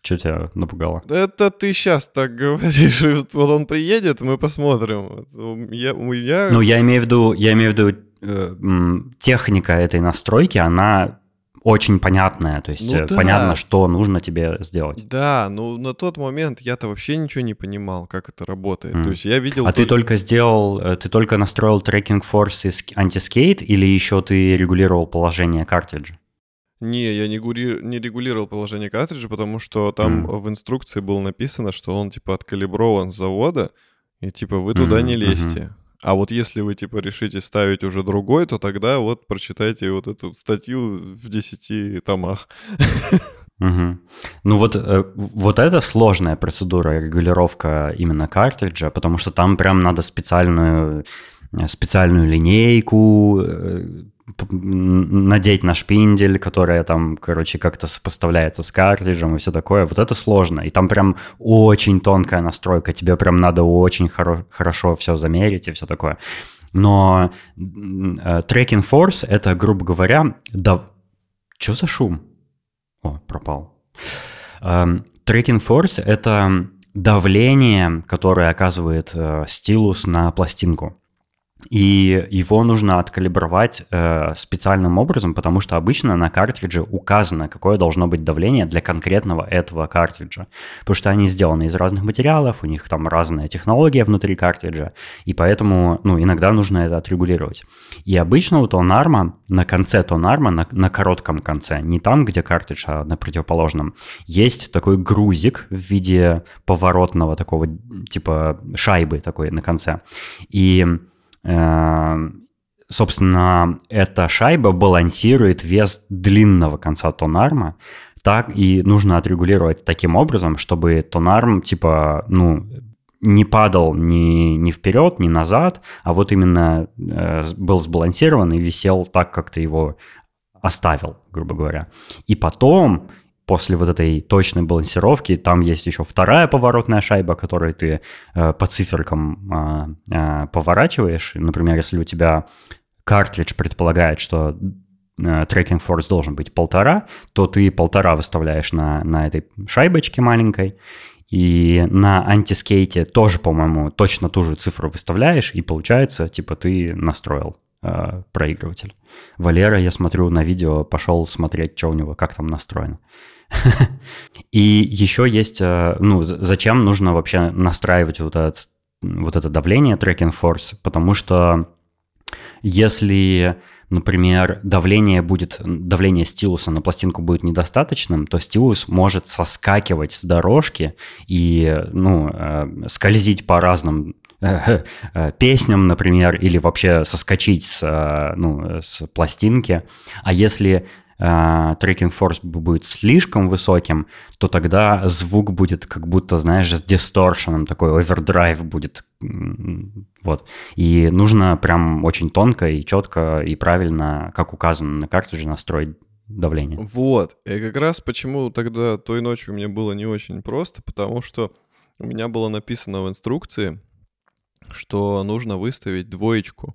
Что тебя напугало? Это ты сейчас так говоришь. Вот он приедет, мы посмотрим. Я, я... Ну, я имею в виду, я имею в виду э, техника этой настройки, она очень понятная. То есть ну, да. понятно, что нужно тебе сделать. Да, ну на тот момент я-то вообще ничего не понимал, как это работает. Mm. То есть я видел... А только... ты только сделал, ты только настроил tracking force и антискейт, или еще ты регулировал положение картриджа? Не, я не, гури... не регулировал положение картриджа, потому что там mm. в инструкции было написано, что он типа откалиброван с завода, и типа вы туда mm. не лезьте. Mm-hmm. А вот если вы типа решите ставить уже другой, то тогда вот прочитайте вот эту статью в десяти томах. Угу. Ну вот, вот это сложная процедура, регулировка именно картриджа, потому что там прям надо специальную, специальную линейку надеть на шпиндель, которая там, короче, как-то сопоставляется с картриджем и все такое. Вот это сложно. И там прям очень тонкая настройка. Тебе прям надо очень хоро- хорошо все замерить и все такое. Но э, tracking force — это, грубо говоря, да... Что за шум? О, пропал. Э, tracking force — это давление, которое оказывает э, стилус на пластинку. И его нужно откалибровать э, специальным образом, потому что обычно на картридже указано, какое должно быть давление для конкретного этого картриджа. Потому что они сделаны из разных материалов, у них там разная технология внутри картриджа, и поэтому ну, иногда нужно это отрегулировать. И обычно у тонарма, на конце тонарма, на, на коротком конце, не там, где картридж, а на противоположном, есть такой грузик в виде поворотного такого типа шайбы такой на конце. И собственно, эта шайба балансирует вес длинного конца тонарма, так и нужно отрегулировать таким образом, чтобы тонарм, типа, ну, не падал ни, ни вперед, ни назад, а вот именно э, был сбалансирован и висел так, как ты его оставил, грубо говоря. И потом... После вот этой точной балансировки там есть еще вторая поворотная шайба, которую ты э, по циферкам э, э, поворачиваешь. Например, если у тебя картридж предполагает, что э, tracking force должен быть полтора, то ты полтора выставляешь на, на этой шайбочке маленькой. И на антискейте тоже, по-моему, точно ту же цифру выставляешь, и получается, типа, ты настроил э, проигрыватель. Валера, я смотрю на видео, пошел смотреть, что у него, как там настроено. И еще есть, ну, зачем нужно вообще настраивать вот, этот, вот это давление tracking force, потому что если, например, давление будет, давление стилуса на пластинку будет недостаточным, то стилус может соскакивать с дорожки и, ну, скользить по разным песням, например, или вообще соскочить с, ну, с пластинки. А если tracking force будет слишком высоким, то тогда звук будет как будто, знаешь, с дисторшеном, такой овердрайв будет. Вот. И нужно прям очень тонко и четко и правильно, как указано на картридже, настроить давление. Вот. И как раз почему тогда той ночью мне было не очень просто, потому что у меня было написано в инструкции, что нужно выставить двоечку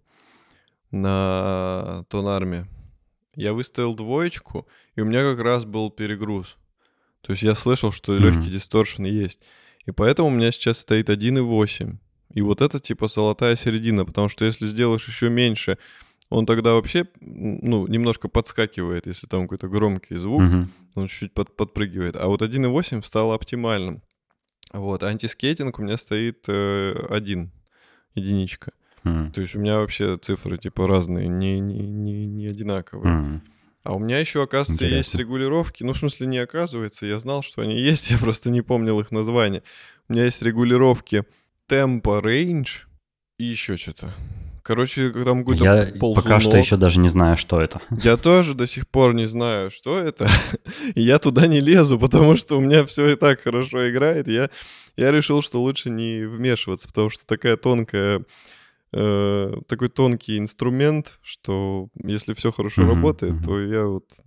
на тонарме. Я выставил двоечку, и у меня как раз был перегруз. То есть я слышал, что mm-hmm. легкий дисторшн есть. И поэтому у меня сейчас стоит один и восемь. И вот это типа золотая середина, потому что если сделаешь еще меньше, он тогда вообще, ну, немножко подскакивает, если там какой-то громкий звук, mm-hmm. он чуть-чуть под, подпрыгивает. А вот один и восемь стало оптимальным. Вот, антискейтинг у меня стоит э, один, единичка. Mm. То есть у меня вообще цифры типа разные, не, не, не, не одинаковые. Mm. А у меня еще, оказывается, Интересно. Есть регулировки. Ну, в смысле, не оказывается. Я знал, что они есть, я просто не помнил их название. У меня есть регулировки темпо, range и еще что-то. Короче, там какой-то Я ползунок. Пока что еще даже не знаю, что это. Я тоже до сих пор не знаю, что это. И я туда не лезу, потому что у меня все и так хорошо играет. Я, я решил, что лучше не вмешиваться, потому что такая тонкая... такой тонкий инструмент, что если все хорошо mm-hmm, работает, mm-hmm. то я вот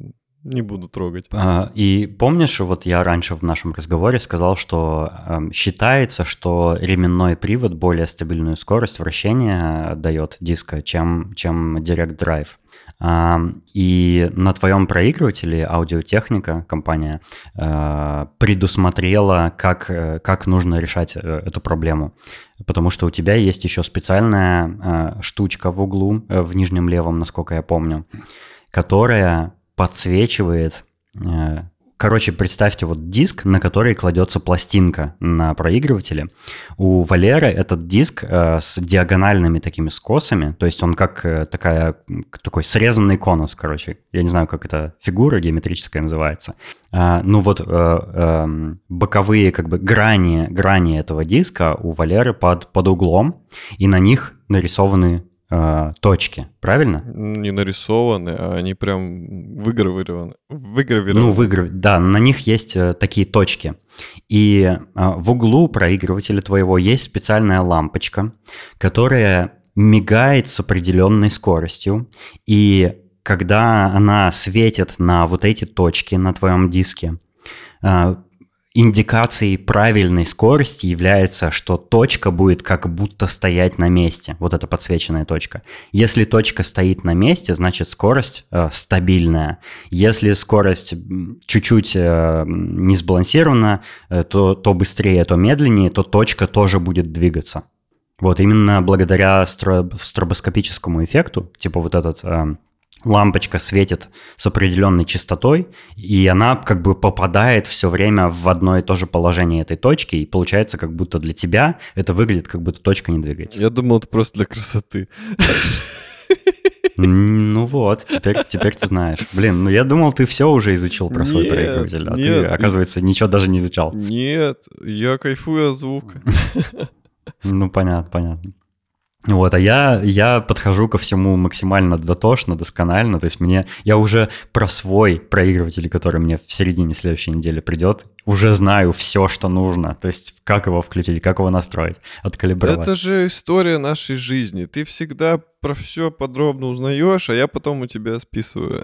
не буду трогать. И помнишь, вот я раньше в нашем разговоре сказал, что э, считается, что ременной привод более стабильную скорость вращения дает диска, чем, чем Direct Drive. И на твоем проигрывателе Audio-Technica, компания, предусмотрела, как, как нужно решать эту проблему. Потому что у тебя есть еще специальная штучка в углу, в нижнем левом, насколько я помню, которая подсвечивает... Короче, представьте вот диск, на который кладется пластинка на проигрывателе. У Валеры этот диск э, с диагональными такими скосами, то есть он как э, такая, такой срезанный конус, короче. Я не знаю, как эта фигура геометрическая называется. Э, ну вот э, э, боковые как бы грани, грани этого диска у Валеры под, под углом, и на них нарисованы точки, правильно? Не нарисованы, а они прям выгравированы. выгравированы. Ну, выграв... да, на них есть такие точки. И в углу проигрывателя твоего есть специальная лампочка, которая мигает с определенной скоростью. И когда она светит на вот эти точки на твоем диске, индикацией правильной скорости является, что точка будет как будто стоять на месте. Вот эта подсвеченная точка. Если точка стоит на месте, значит скорость э, стабильная. Если скорость чуть-чуть э, не сбалансирована, э, то, то быстрее, то медленнее, то точка тоже будет двигаться. Вот именно благодаря стро- стробоскопическому эффекту, типа вот этот... Э, лампочка светит с определенной частотой, и она как бы попадает все время в одно и то же положение этой точки, и получается, как будто для тебя это выглядит, как будто точка не двигается. Я думал, это просто для красоты. Ну вот, теперь, теперь ты знаешь. Блин, ну я думал, ты все уже изучил про свой нет, проигрыватель, а нет, ты, оказывается, ничего даже не изучал. Нет, я кайфую от звука. Ну, понятно, понятно. Вот, а я, я подхожу ко всему максимально дотошно, досконально, то есть мне, я уже про свой проигрыватель, который мне в середине следующей недели придет, уже знаю все, что нужно, то есть как его включить, как его настроить, откалибровать. Это же история нашей жизни, ты всегда про все подробно узнаешь, а я потом у тебя списываю.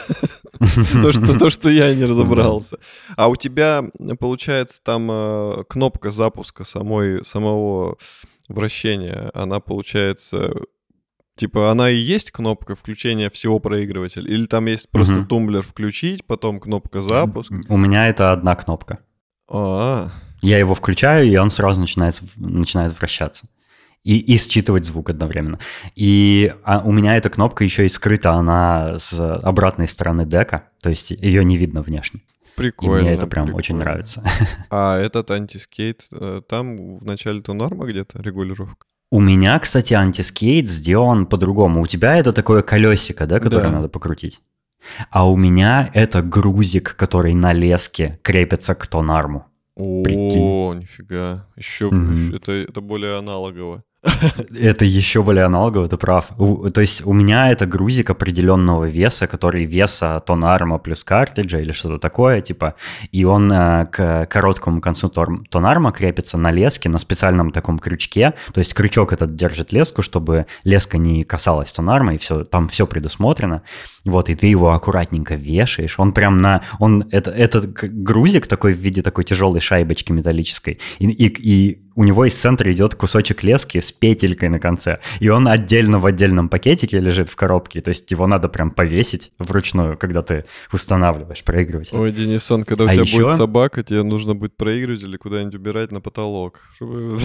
То, что, то, что я не разобрался. А у тебя, получается, там кнопка запуска самой, самого... вращение, она получается, типа, она и есть кнопка включения всего проигрывателя, или там есть просто угу. тумблер включить, потом кнопка запуск? У меня это одна кнопка. А-а-а. Я его включаю, и он сразу начинает, начинает вращаться. И, и считывать звук одновременно. И а у меня эта кнопка еще и скрыта, она с обратной стороны дека, то есть ее не видно внешне. Прикольно. И мне это прям прикольно. очень нравится. А этот антискейт, там в начале-то норма где-то, регулировка? У меня, кстати, антискейт сделан по-другому. У тебя это такое колесико, да, которое да. надо покрутить? А у меня это грузик, который на леске крепится к тонарму. О, Прикинь. Нифига. Еще, Угу. еще это, это более аналогово. Это еще более аналогово, ты прав. У, то есть у меня это грузик определенного веса, который веса тонарма плюс картриджа или что-то такое, типа, и он э, к короткому концу тор- тонарма крепится на леске, на специальном таком крючке, то есть крючок этот держит леску, чтобы леска не касалась тонарма, и все, там все предусмотрено, вот, и ты его аккуратненько вешаешь, он прям на, он, это, этот грузик такой в виде такой тяжелой шайбочки металлической, и, и, и у него из центра идет кусочек лески с петелькой на конце, и он отдельно в отдельном пакетике лежит в коробке, то есть его надо прям повесить вручную, когда ты устанавливаешь проигрыватель. Ой, Денисон, когда у а тебя еще... будет собака, тебе нужно будет проигрыватель куда-нибудь убирать на потолок. Чтобы...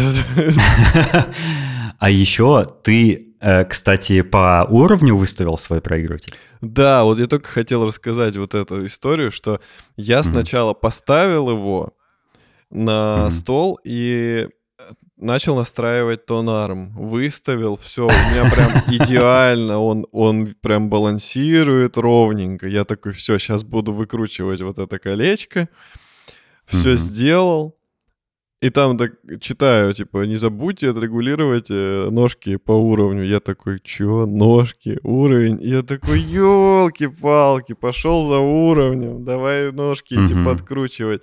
А еще ты, кстати, по уровню выставил свой проигрыватель? Да, вот я только хотел рассказать вот эту историю, что я mm-hmm. сначала поставил его на mm-hmm. стол и начал настраивать тонарм, выставил, все, у меня прям идеально, он, он прям балансирует ровненько. Я такой, все, сейчас буду выкручивать вот это колечко, все mm-hmm. сделал. И там так читаю, типа, не забудьте отрегулировать ножки по уровню. Я такой, чё, ножки, уровень? Я такой, ёлки-палки, пошел за уровнем, давай ножки эти mm-hmm. подкручивать.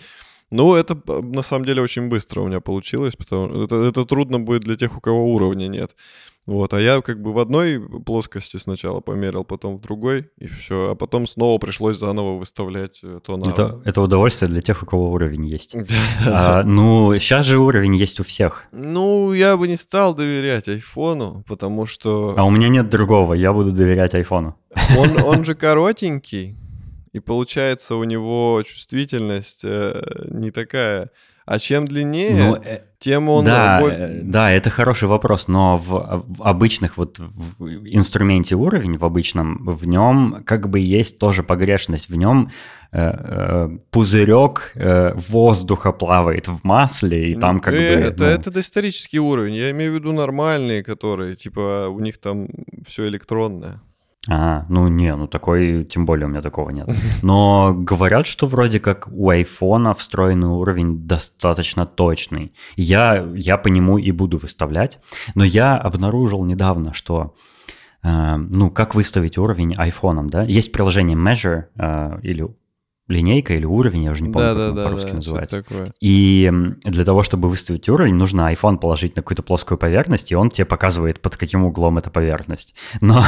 Ну, это на самом деле очень быстро у меня получилось, потому что это, это трудно будет для тех, у кого уровня нет. Вот, а я как бы в одной плоскости сначала померил, потом в другой, и все. А потом снова пришлось заново выставлять тонал. Это, это удовольствие для тех, у кого уровень есть. а, ну, сейчас же уровень есть у всех. Ну, я бы не стал доверять айфону, потому что... А у меня нет другого, я буду доверять айфону. Он, он же коротенький, и получается у него чувствительность э, не такая... А чем длиннее, ну, тем он... Да, более... да, это хороший вопрос, но в, в обычных вот в инструменте уровень, в обычном, в нем как бы есть тоже погрешность. В нем э, э, пузырек э, воздуха плавает в масле, и там как э, бы... Это, ну... это исторический уровень. Я имею в виду нормальные, которые, типа, у них там все электронное. А, ну не, ну такой, тем более у меня такого нет. Но говорят, что вроде как у айфона встроенный уровень достаточно точный. Я, я по нему и буду выставлять. Но я обнаружил недавно, что, э, ну, как выставить уровень айфоном, да? Есть приложение Measure э, или линейка или уровень, я уже не помню, да, как да, оно по-русски да, называется. Такое. И для того, чтобы выставить уровень, нужно iPhone положить на какую-то плоскую поверхность, и он тебе показывает, под каким углом эта поверхность. Но,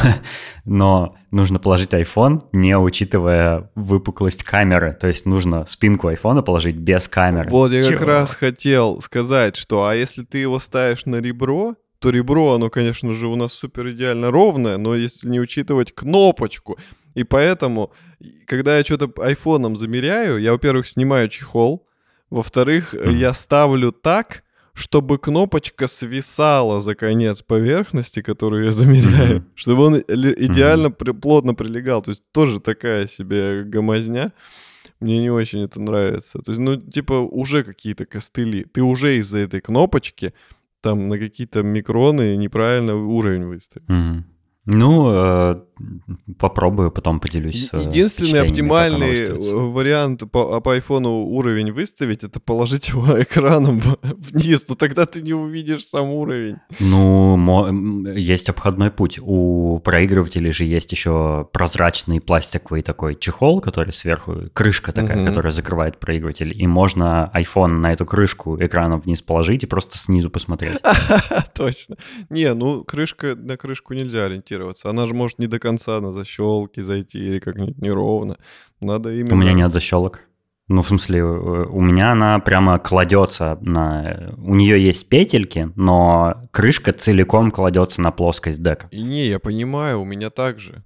но нужно положить iPhone, не учитывая выпуклость камеры. То есть нужно спинку iPhone положить без камеры. Вот я Чего? как раз хотел сказать, что а если ты его ставишь на ребро, то ребро, оно, конечно же, у нас супер идеально ровное, но если не учитывать кнопочку... И поэтому, когда я что-то айфоном замеряю, я, во-первых, снимаю чехол, во-вторых, mm-hmm. я ставлю так, чтобы кнопочка свисала за конец поверхности, которую я замеряю, mm-hmm. чтобы он идеально mm-hmm. при- плотно прилегал. То есть тоже такая себе гомозня. Мне не очень это нравится. То есть, ну, типа, уже какие-то костыли. Ты уже из-за этой кнопочки там на какие-то микроны неправильно уровень выставил. Mm-hmm. Ну, э, попробую, потом поделюсь. Единственный оптимальный вариант по, по айфону уровень выставить — это положить его экраном вниз, но тогда ты не увидишь сам уровень. Ну, мо- есть обходной путь. У проигрывателей же есть еще прозрачный пластиковый такой чехол, который сверху, крышка такая, uh-huh. которая закрывает проигрыватель, и можно iPhone на эту крышку экраном вниз положить и просто снизу посмотреть. Точно. Не, ну крышка, на крышку нельзя ориентироваться. Она же может не до конца на защелки зайти или как-нибудь неровно. Надо именно... У меня нет защелок. Ну, в смысле, у меня она прямо кладется на... У нее есть петельки, но крышка целиком кладется на плоскость дека. И не, я понимаю, у меня так же.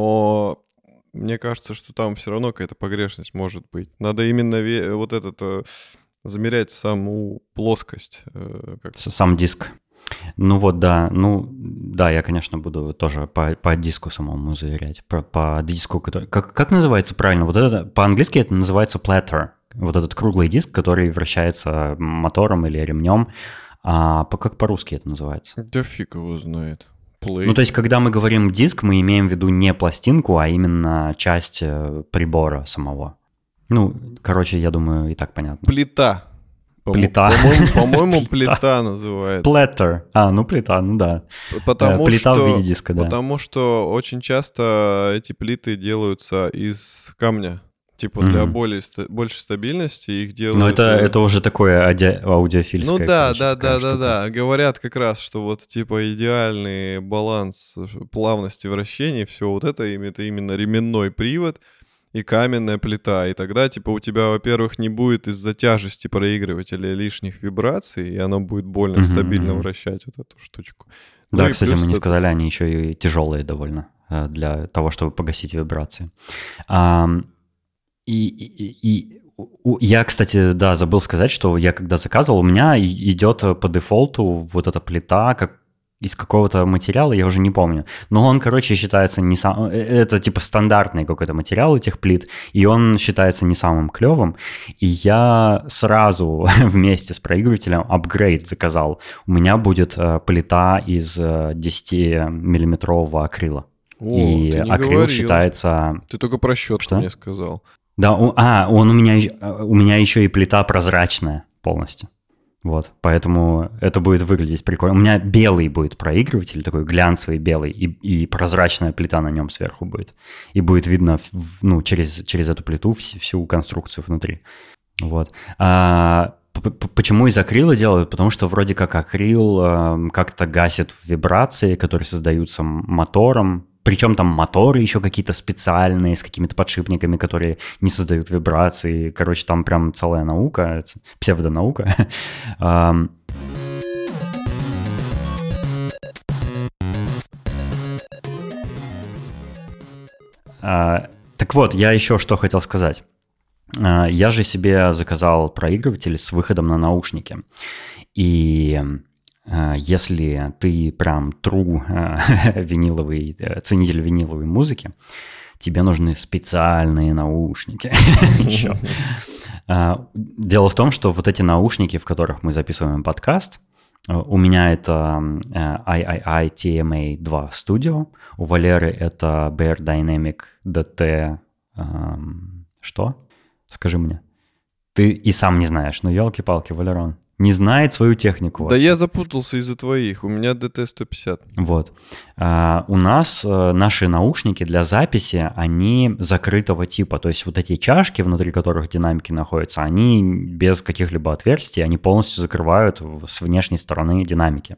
Но мне кажется, что там все равно какая-то погрешность может быть. Надо именно ве- вот этот... замерять саму плоскость. Как... Сам диск. Ну вот, да, ну, да, я, конечно, буду тоже по, по диску самому заверять, по, по диску, который... Как, как называется правильно? Вот это, по-английски это называется platter, вот этот круглый диск, который вращается мотором или ремнем, а по, как по-русски это называется? Да фиг его знает. Play. Ну, то есть, когда мы говорим диск, мы имеем в виду не пластинку, а именно часть прибора самого. Ну, короче, я думаю, и так понятно. Плита. Плита. По-моему, по-моему плита называется. Platter. А, ну плита, ну да. Потому плита что, в виде диска, да. Потому что очень часто эти плиты делаются из камня. Типа mm-hmm. для более, большей стабильности их делают... Но это, это уже такое ауди- аудиофильское. Ну да, да, да, да, да. Говорят как раз, что вот типа идеальный баланс плавности вращений, все вот это, это именно ременной привод и каменная плита. И тогда, типа, у тебя, во-первых, не будет из-за тяжести проигрывателя лишних вибраций, и оно будет больно mm-hmm. стабильно вращать вот эту штучку. Да, ну, кстати, мы не это... сказали, они еще и тяжелые довольно для того, чтобы погасить вибрации. А, и, и, и я, кстати, да, забыл сказать, что я когда заказывал, у меня идет по дефолту вот эта плита, как из какого-то материала, я уже не помню. Но он, короче, считается не сам... Это типа стандартный какой-то материал этих плит, и он считается не самым клевым. И я сразу вместе с проигрывателем апгрейд заказал. У меня будет э, плита из э, десятимиллиметрового акрила. О, и ты не акрил говорил. считается... Ты только про щетку Что? мне сказал. Да, у... а, он у меня, у меня еще и плита прозрачная полностью. Вот, поэтому это будет выглядеть прикольно. У меня белый будет проигрыватель, такой глянцевый белый, и, и прозрачная плита на нем сверху будет. И будет видно, ну, через, через эту плиту всю, всю конструкцию внутри. Вот. А, почему из акрила делают? Потому что вроде как акрил э, как-то гасит вибрации, которые создаются мотором. Причем там моторы еще какие-то специальные, с какими-то подшипниками, которые не создают вибрации. Короче, там прям целая наука, псевдонаука. Так вот, я еще что хотел сказать. Я же себе заказал проигрыватель с выходом на наушники. И если ты прям true виниловый, ценитель виниловой музыки, тебе нужны специальные наушники. Дело в том, что вот эти наушники, в которых мы записываем подкаст, у меня это ай ай ай ти эм эй два Studio, у Валеры это Beyerdynamic ди ти... Эм, что? Скажи мне. Ты и сам не знаешь. Ну, елки-палки, Валерон. Не знает свою технику. Да вообще. я запутался из-за твоих. У меня ди ти сто пятьдесят. Вот. А, у нас а, наши наушники для записи, они закрытого типа. То есть вот эти чашки, внутри которых динамики находятся, они без каких-либо отверстий, они полностью закрывают с внешней стороны динамики.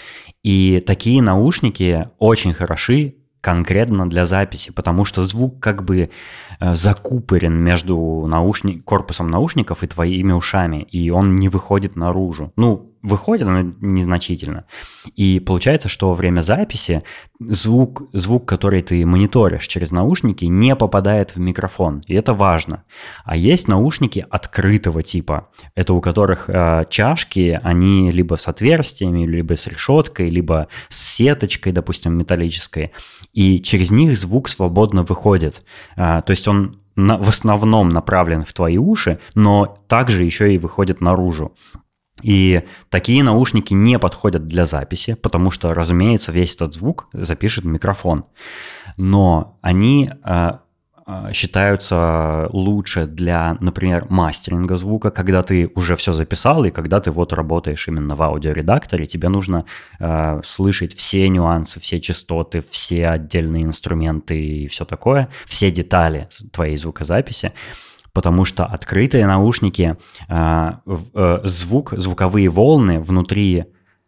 И такие наушники очень хороши конкретно для записи, потому что звук как бы закупорен между наушни... корпусом наушников и твоими ушами, и он не выходит наружу. Ну, выходит, но незначительно. И получается, что во время записи звук, звук, который ты мониторишь через наушники, не попадает в микрофон, и это важно. А есть наушники открытого типа, это у которых э, чашки, они либо с отверстиями, либо с решеткой, либо с сеточкой, допустим, металлической, и через них звук свободно выходит. Э, то есть он на, в основном направлен в твои уши, но также еще и выходит наружу. И такие наушники не подходят для записи, потому что, разумеется, весь этот звук запишет микрофон. Но они э, э, считаются лучше для, например, мастеринга звука, когда ты уже все записал, и когда ты вот работаешь именно в аудиоредакторе, тебе нужно э, слышать все нюансы, все частоты, все отдельные инструменты и все такое, все детали твоей звукозаписи. Потому что открытые наушники, э, э, звук, звуковые волны внутри,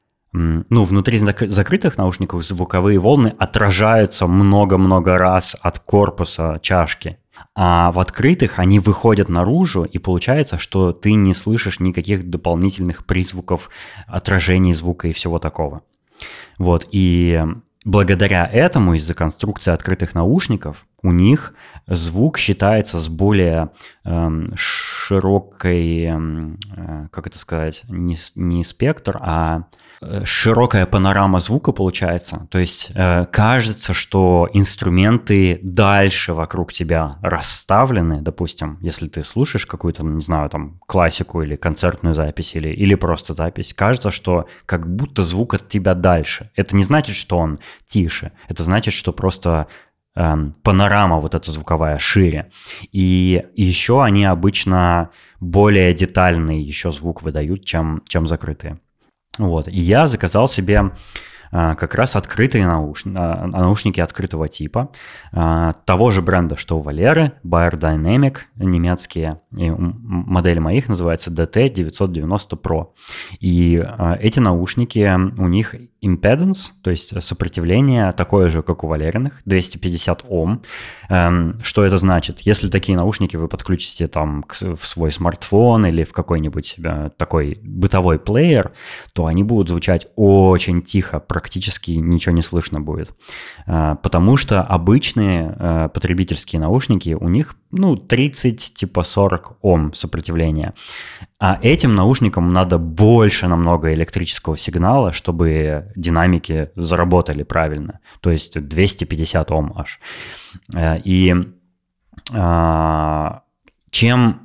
ну, внутри закрытых наушников звуковые волны отражаются много-много раз от корпуса чашки. А в открытых они выходят наружу, и получается, что ты не слышишь никаких дополнительных призвуков, отражений звука и всего такого. Вот, и благодаря этому, из-за конструкции открытых наушников, у них звук считается с более эм, широкой, эм, э, как это сказать, не, не спектр, а широкая панорама звука получается. То есть э, кажется, что инструменты дальше вокруг тебя расставлены. Допустим, если ты слушаешь какую-то, не знаю, там классику или концертную запись, или, или просто запись, кажется, что как будто звук от тебя дальше. Это не значит, что он тише. Это значит, что просто э, панорама вот эта звуковая шире. И еще они обычно более детальный еще звук выдают, чем, чем закрытые. Вот, и я заказал себе а, как раз открытые науш... а, наушники открытого типа, а, того же бренда, что у Валеры, Beyerdynamic, немецкие, и модель моих называется ди ти девятьсот девяносто про. И а, эти наушники, у них impedance, то есть сопротивление такое же, как у Валериных, двести пятьдесят Ом. Эм, что это значит? Если такие наушники вы подключите там к, в свой смартфон или в какой-нибудь э, такой бытовой плеер, то они будут звучать очень тихо, практически ничего не слышно будет. Э, потому что обычные э, потребительские наушники, у них ну, тридцать, типа сорок Ом сопротивления. А этим наушникам надо больше намного электрического сигнала, чтобы динамики заработали правильно. То есть двести пятьдесят Ом аж. И чем...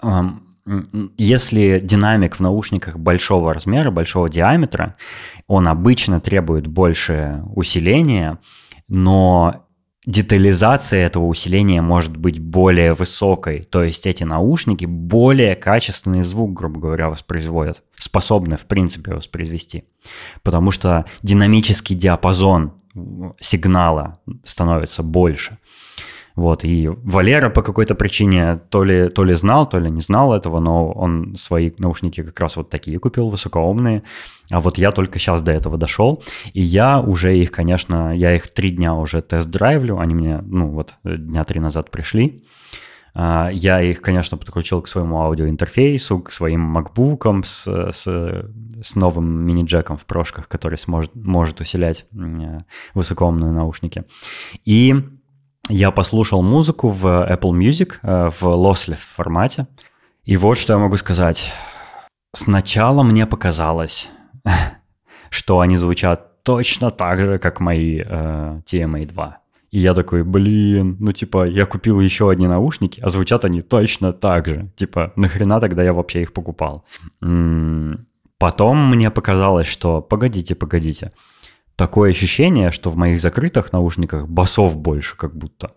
Если динамик в наушниках большого размера, большого диаметра, он обычно требует больше усиления, но детализация этого усиления может быть более высокой. То есть эти наушники более качественный звук, грубо говоря, воспроизводят, способны в принципе воспроизвести. Потому что динамический диапазон сигнала становится больше. Вот, и Валера по какой-то причине то ли, то ли знал, то ли не знал этого, но он свои наушники как раз вот такие купил, высокоумные, а вот я только сейчас до этого дошел, и я уже их, конечно, я их три дня уже тест-драйвлю, они мне, ну вот, дня три назад пришли. Я их, конечно, подключил к своему аудиоинтерфейсу, к своим MacBook'ам с, с, с новым мини-джеком в прошках, который сможет, может усилять высокоумные наушники. И я послушал музыку в Apple Music в lossless формате. И вот что я могу сказать. Сначала мне показалось, что они звучат точно так же, как мои э, ти эм эй два. И я такой, блин, ну типа я купил еще одни наушники, а звучат они точно так же. Типа нахрена тогда я вообще их покупал? М-м- потом мне показалось, что погодите, погодите. Такое ощущение, что в моих закрытых наушниках басов больше как будто.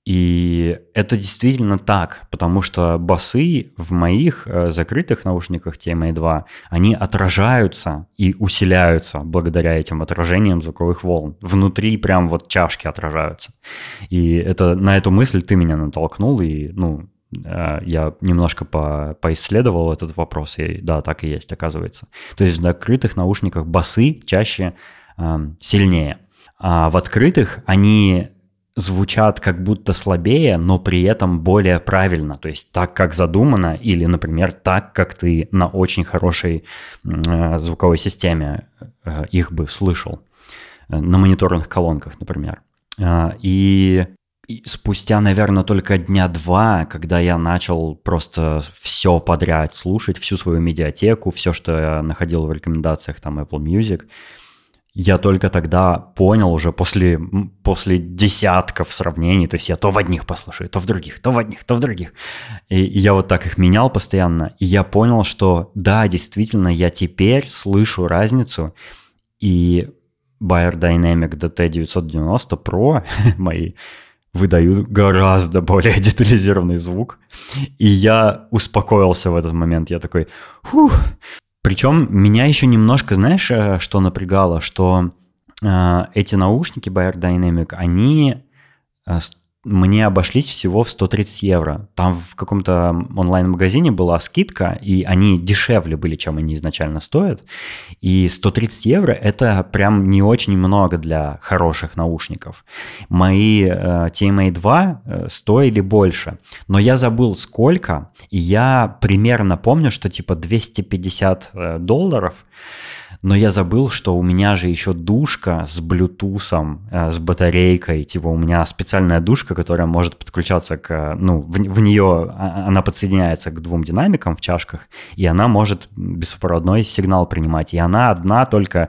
И это действительно так, потому что басы в моих э, закрытых наушниках ти эм эй два, они отражаются и усиляются благодаря этим отражениям звуковых волн. Внутри прям вот чашки отражаются. И это, на эту мысль ты меня натолкнул, и ну, э, я немножко по, поисследовал этот вопрос, и да, так и есть, оказывается. То есть в закрытых наушниках басы чаще э, сильнее, а в открытых они звучат как будто слабее, но при этом более правильно, то есть так, как задумано, или, например, так, как ты на очень хорошей э, звуковой системе э, их бы слышал, э, на мониторных колонках, например. Э, и, и спустя, наверное, только дня два, когда я начал просто все подряд слушать, всю свою медиатеку, все, что я находил в рекомендациях там Apple Music, я только тогда понял уже после, после десятков сравнений, то есть я то в одних послушаю, то в других, то в одних, то в других. И, и я вот так их менял постоянно, и я понял, что да, действительно, я теперь слышу разницу, и Beyerdynamic ди ти девятьсот девяносто Pro мои выдают гораздо более детализированный звук, и я успокоился в этот момент, я такой, фух. Причем меня еще немножко, знаешь, что напрягало, что э, эти наушники Beyerdynamic, они э, мне обошлись всего в сто тридцать евро. Там в каком-то онлайн-магазине была скидка, и они дешевле были, чем они изначально стоят. И сто тридцать евро – это прям не очень много для хороших наушников. Мои э, ти эм эй два э, стоили больше, но я забыл сколько, и я примерно помню, что типа двести пятьдесят долларов, но я забыл, что у меня же еще душка с блютусом, э, с батарейкой. Типа у меня специальная душка, которая может подключаться к... Ну, в, в нее она подсоединяется к двум динамикам в чашках, и она может беспроводной сигнал принимать. И она одна только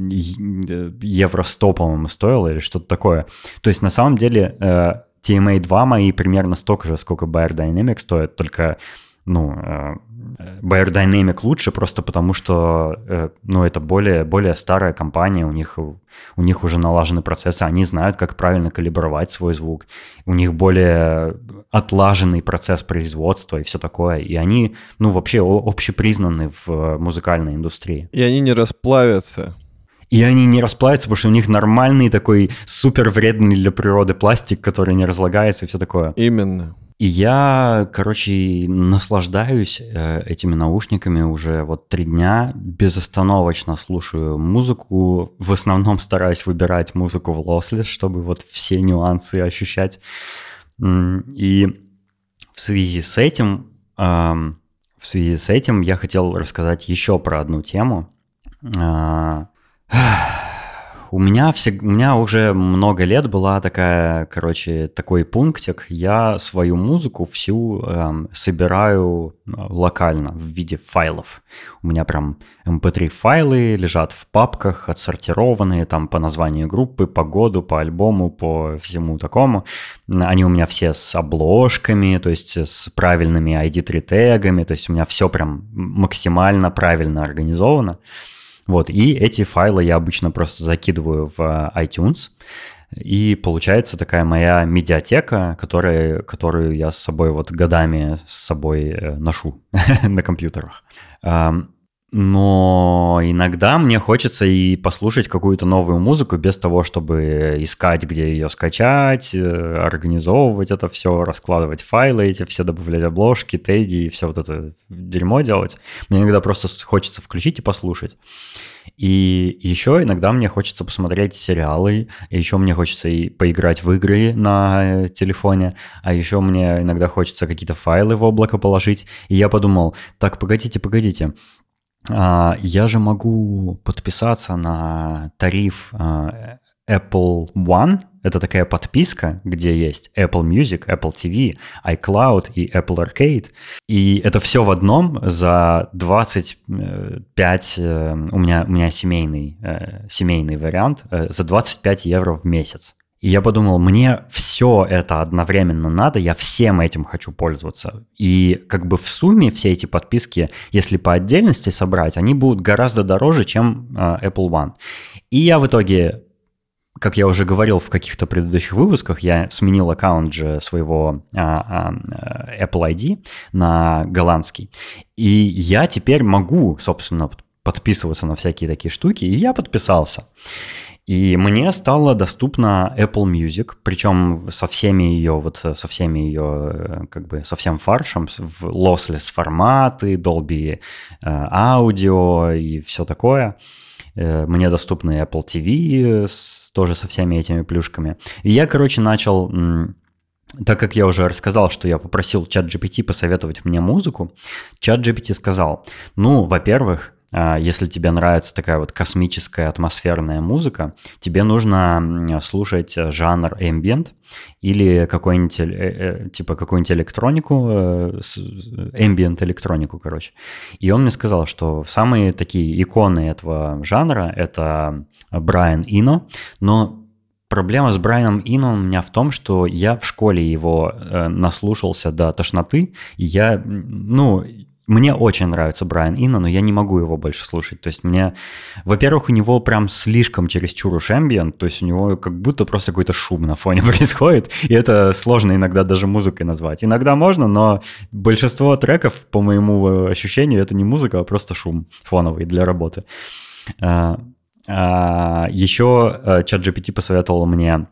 евро сто, по-моему, стоила или что-то такое. То есть на самом деле э, ти эм эй два мои примерно столько же, сколько Beyerdynamic стоит, только... Ну, Beyerdynamic лучше просто потому, что ну, это более, более старая компания, у них, у них уже налажены процессы, они знают, как правильно калибровать свой звук, у них более отлаженный процесс производства и все такое, и они, ну, вообще общепризнаны в музыкальной индустрии. И они не расплавятся. И они не расплавятся, потому что у них нормальный такой супер вредный для природы пластик, который не разлагается и все такое. Именно. И я, короче, наслаждаюсь э, этими наушниками уже вот три дня, безостановочно слушаю музыку, в основном стараюсь выбирать музыку в lossless, чтобы вот все нюансы ощущать. И в связи с этим, э, в связи с этим я хотел рассказать еще про одну тему. Э, У меня, всег... у меня уже много лет была такая, короче, такой пунктик. Я свою музыку всю эм, собираю локально в виде файлов. У меня прям эм пэ три файлы лежат в папках, отсортированные там по названию группы, по году, по альбому, по всему такому. Они у меня все с обложками, то есть с правильными ай ди три тегами, то есть у меня все прям максимально правильно организовано. Вот, и эти файлы я обычно просто закидываю в iTunes, и получается такая моя медиатека, которая, которую я с собой вот годами с собой ношу на компьютерах. Но иногда мне хочется и послушать какую-то новую музыку без того, чтобы искать, где ее скачать, организовывать это все, раскладывать файлы эти, все добавлять обложки, теги и все вот это дерьмо делать. Мне иногда просто хочется включить и послушать. И еще иногда мне хочется посмотреть сериалы, и еще мне хочется и поиграть в игры на телефоне, а еще мне иногда хочется какие-то файлы в облако положить. И я подумал, так, погодите, погодите, я же могу подписаться на тариф Apple One. Это такая подписка, где есть Apple Music, Apple ти ви, iCloud и Apple Arcade. И это все в одном за двадцать пять... У меня, у меня семейный, семейный вариант. За двадцать пять евро в месяц. И я подумал, мне все это одновременно надо, я всем этим хочу пользоваться. И как бы в сумме все эти подписки, если по отдельности собрать, они будут гораздо дороже, чем Apple One. И я в итоге, как я уже говорил в каких-то предыдущих выпусках, я сменил аккаунт же своего Apple ай ди на голландский. И я теперь могу, собственно, подписываться на всякие такие штуки, и я подписался. И мне стало доступна Apple Music, причем со всеми ее, вот со всеми ее, как бы, со всем фаршем, в lossless форматы, Dolby аудио и все такое. Мне доступны Apple ти ви с, тоже со всеми этими плюшками. И я, короче, начал... Так как я уже рассказал, что я попросил ChatGPT посоветовать мне музыку, ChatGPT сказал, ну, во-первых, если тебе нравится такая вот космическая атмосферная музыка, тебе нужно слушать жанр ambient или какой-нибудь, типа какую-нибудь электронику, ambient электронику, короче. И он мне сказал, что самые такие иконы этого жанра — это Брайан Ино, но проблема с Брайаном Ино у меня в том, что я в школе его наслушался до тошноты, и я, ну... Мне очень нравится Брайан Ино, но я не могу его больше слушать. То есть мне... Во-первых, у него прям слишком чересчур уж ambient, то есть у него как будто просто какой-то шум на фоне происходит, и это сложно иногда даже музыкой назвать. Иногда можно, но большинство треков, по моему ощущению, это не музыка, а просто шум фоновый для работы. Еще ChatGPT посоветовал мне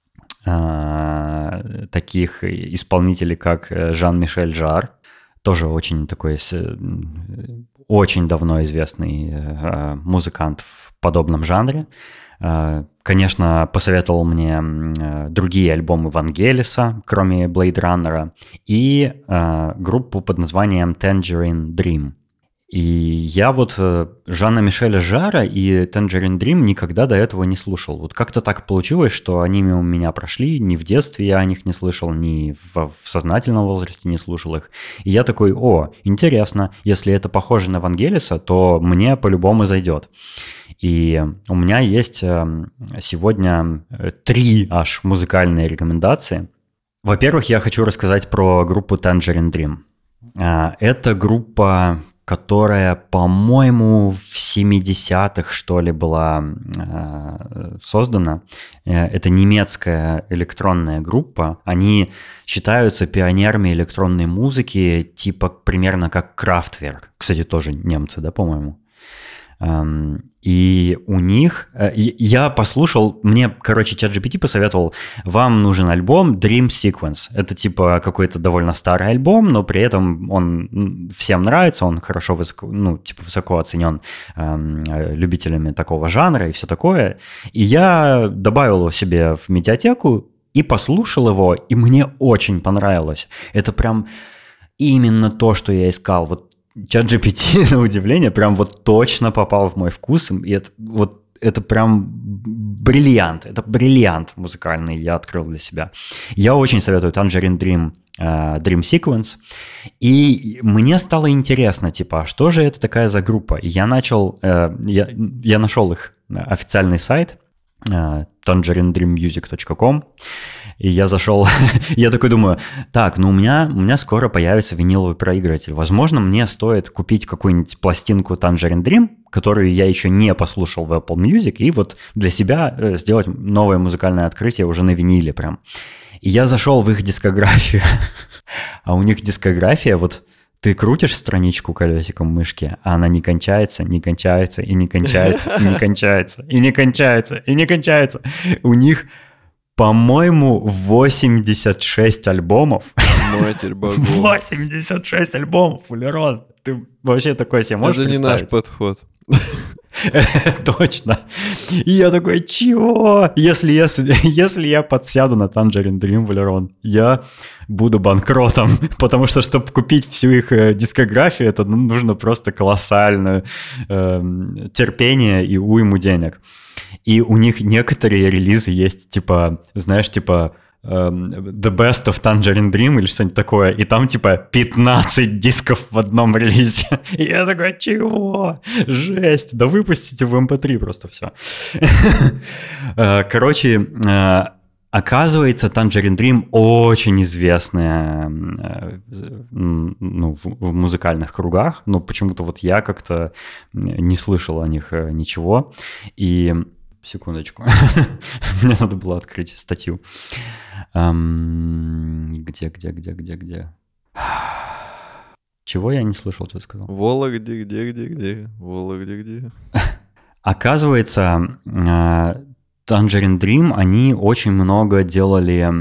таких исполнителей, как Жан-Мишель Жарр. Тоже очень такой, очень давно известный музыкант в подобном жанре. Конечно, посоветовал мне другие альбомы Вангелиса, кроме Blade Runner, и группу под названием Tangerine Dream. И я вот Жана-Мишеля Жарра и Tangerine Dream никогда до этого не слушал. Вот как-то так получилось, что они мимо меня прошли. Ни в детстве я о них не слышал, ни в, в сознательном возрасте не слушал их. И я такой, о, интересно, если это похоже на Вангелиса, то мне по-любому зайдет. И у меня есть сегодня три аж музыкальные рекомендации. Во-первых, я хочу рассказать про группу Tangerine Dream. Это группа, которая, по-моему, в семидесятых, что ли, была э, создана. Это немецкая электронная группа. Они считаются пионерами электронной музыки, типа примерно как Kraftwerk. Кстати, тоже немцы, да, по-моему? И у них... Я послушал, мне, короче, ChatGPT посоветовал, вам нужен альбом Dream Sequence. Это типа какой-то довольно старый альбом, но при этом он всем нравится, он хорошо высоко, ну, типа высоко оценен э, любителями такого жанра и все такое. И я добавил его себе в медиатеку и послушал его, и мне очень понравилось. Это прям именно то, что я искал. Вот ChatGPT, на удивление, прям вот точно попал в мой вкус, и это вот это прям бриллиант, это бриллиант музыкальный я открыл для себя. Я очень советую Tangerine Dream, uh, Dream Sequence, и мне стало интересно, типа, что же это такая за группа? И я начал, uh, я, я нашел их официальный сайт, uh, tangerine dream music точка ком, и я зашел, я такой думаю, так, ну у меня, у меня скоро появится виниловый проигрыватель. Возможно, мне стоит купить какую-нибудь пластинку Tangerine Dream, которую я еще не послушал в Apple Music, и вот для себя сделать новое музыкальное открытие уже на виниле прям. И я зашел в их дискографию, а у них дискография вот ты крутишь страничку колесиком мышки, а она не кончается, не кончается, и не кончается, и не кончается, и не кончается, и не кончается. У них, по-моему, восемьдесят шесть альбомов. Матерь богов. восемьдесят шесть альбомов, Валерон. Ты вообще такое себе можешь Это не представить? наш подход. Точно. И я такой, чего? Если я, если я подсяду на Tangerine Dream, Валерон, я буду банкротом, потому что, чтобы купить всю их дискографию, это нужно просто колоссальное э, терпение и уйму денег. И у них некоторые релизы есть, типа, знаешь, типа The Best of Tangerine Dream или что-нибудь такое, и там типа пятнадцать дисков в одном релизе. И я такой, чего? Жесть, да выпустите в эм пэ три просто все. Короче, оказывается, Tangerine Dream очень известная ну, в музыкальных кругах, но почему-то вот я как-то не слышал о них ничего. И секундочку, мне надо было открыть статью. Um, где, где, где, где, где? Чего я не слышал, что ты сказал? Вологде, где, где, где? Вологде, где? Оказывается, Tangerine Dream, они очень много делали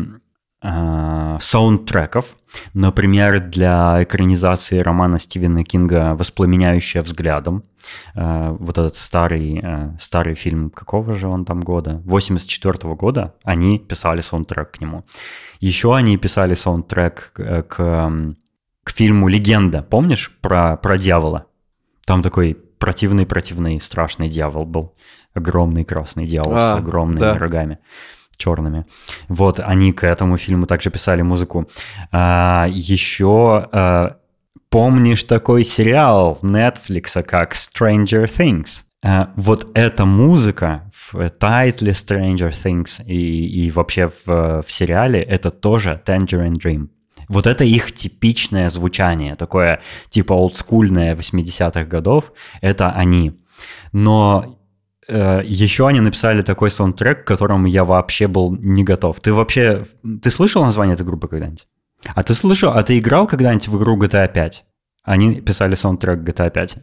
саундтреков, например, для экранизации романа Стивена Кинга «Воспламеняющая взглядом». Вот этот старый, старый фильм, какого же он там года? восемьдесят четвёртого года они писали саундтрек к нему. Еще они писали саундтрек к, к фильму «Легенда». Помнишь про, про дьявола? Там такой противный-противный страшный дьявол был. Огромный красный дьявол а, с огромными да. рогами. Черными. Вот, они к этому фильму также писали музыку. А, еще а, помнишь такой сериал Netflix, как Stranger Things? А, вот эта музыка в тайтле Stranger Things и, и вообще в, в сериале, это тоже Tangerine Dream. Вот это их типичное звучание, такое типа олдскульное восьмидесятых годов, это они. Но еще они написали такой саундтрек, к которому я вообще был не готов. Ты вообще... Ты слышал название этой группы когда-нибудь? А ты слышал... А ты играл когда-нибудь в игру джи ти эй пять? Они писали саундтрек джи ти эй пять.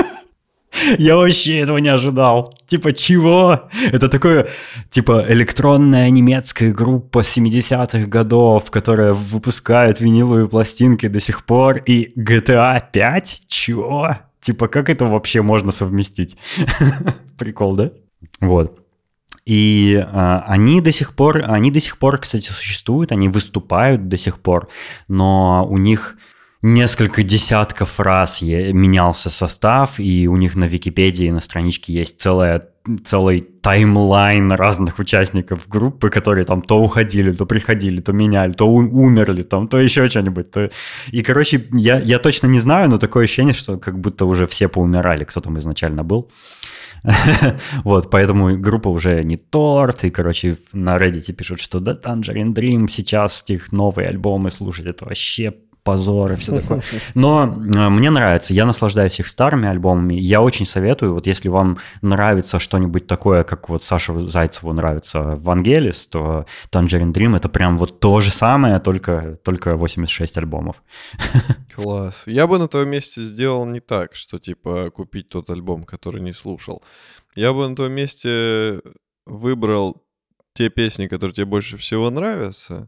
Я вообще этого не ожидал. Типа, чего? Это такое, типа, электронная немецкая группа семидесятых годов, которая выпускает виниловые пластинки до сих пор. И джи ти эй пять? Чего? Типа, как это вообще можно совместить? Прикол, да? Вот. И э, они до сих пор, они до сих пор, кстати, существуют, они выступают до сих пор, но у них несколько десятков раз менялся состав, и у них на Википедии, на страничке есть целая, целый таймлайн разных участников группы, которые там то уходили, то приходили, то меняли, то умерли, там, то еще что-нибудь. То... И, короче, я, я точно не знаю, но такое ощущение, что как будто уже все поумирали, кто там изначально был. Вот, поэтому группа уже не торт, и, короче, на Reddit пишут, что да, Tangerine Dream сейчас их новые альбомы слушать, это вообще позор и все такое. Но э, мне нравится, я наслаждаюсь их старыми альбомами, я очень советую, вот если вам нравится что-нибудь такое, как вот Саше Зайцеву нравится Vangelis, то Tangerine Dream это прям вот то же самое, только, только восемьдесят шесть альбомов. Класс. Я бы на твоем месте сделал не так, что типа купить тот альбом, который не слушал. Я бы на твоем месте выбрал те песни, которые тебе больше всего нравятся,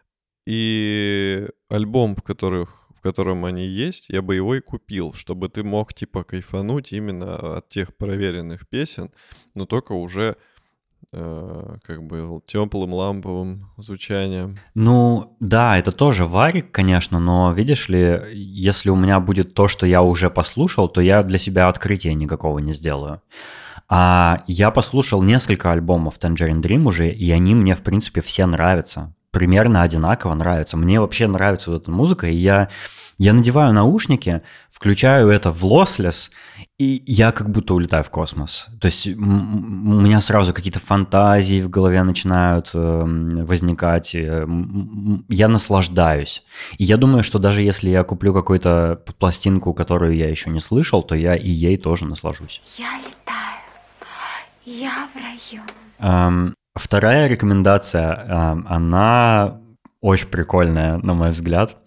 и альбом, в, которых, в котором они есть, я бы его и купил, чтобы ты мог типа кайфануть именно от тех проверенных песен, но только уже э, как бы теплым ламповым звучанием. Ну да, это тоже варик, конечно, но видишь ли, если у меня будет то, что я уже послушал, то я для себя открытия никакого не сделаю. А я послушал несколько альбомов Tangerine Dream уже, и они мне, в принципе, все нравятся. Примерно одинаково нравятся. Мне вообще нравится вот эта музыка, и я, я надеваю наушники, включаю это в lossless, и я как будто улетаю в космос. То есть м- у меня сразу какие-то фантазии в голове начинают э, возникать. Э, м- я наслаждаюсь. И я думаю, что даже если я куплю какую-то пластинку, которую я еще не слышал, то я и ей тоже наслажусь. Я летаю, я в раю. Эм, Вторая рекомендация, она очень прикольная, на мой взгляд.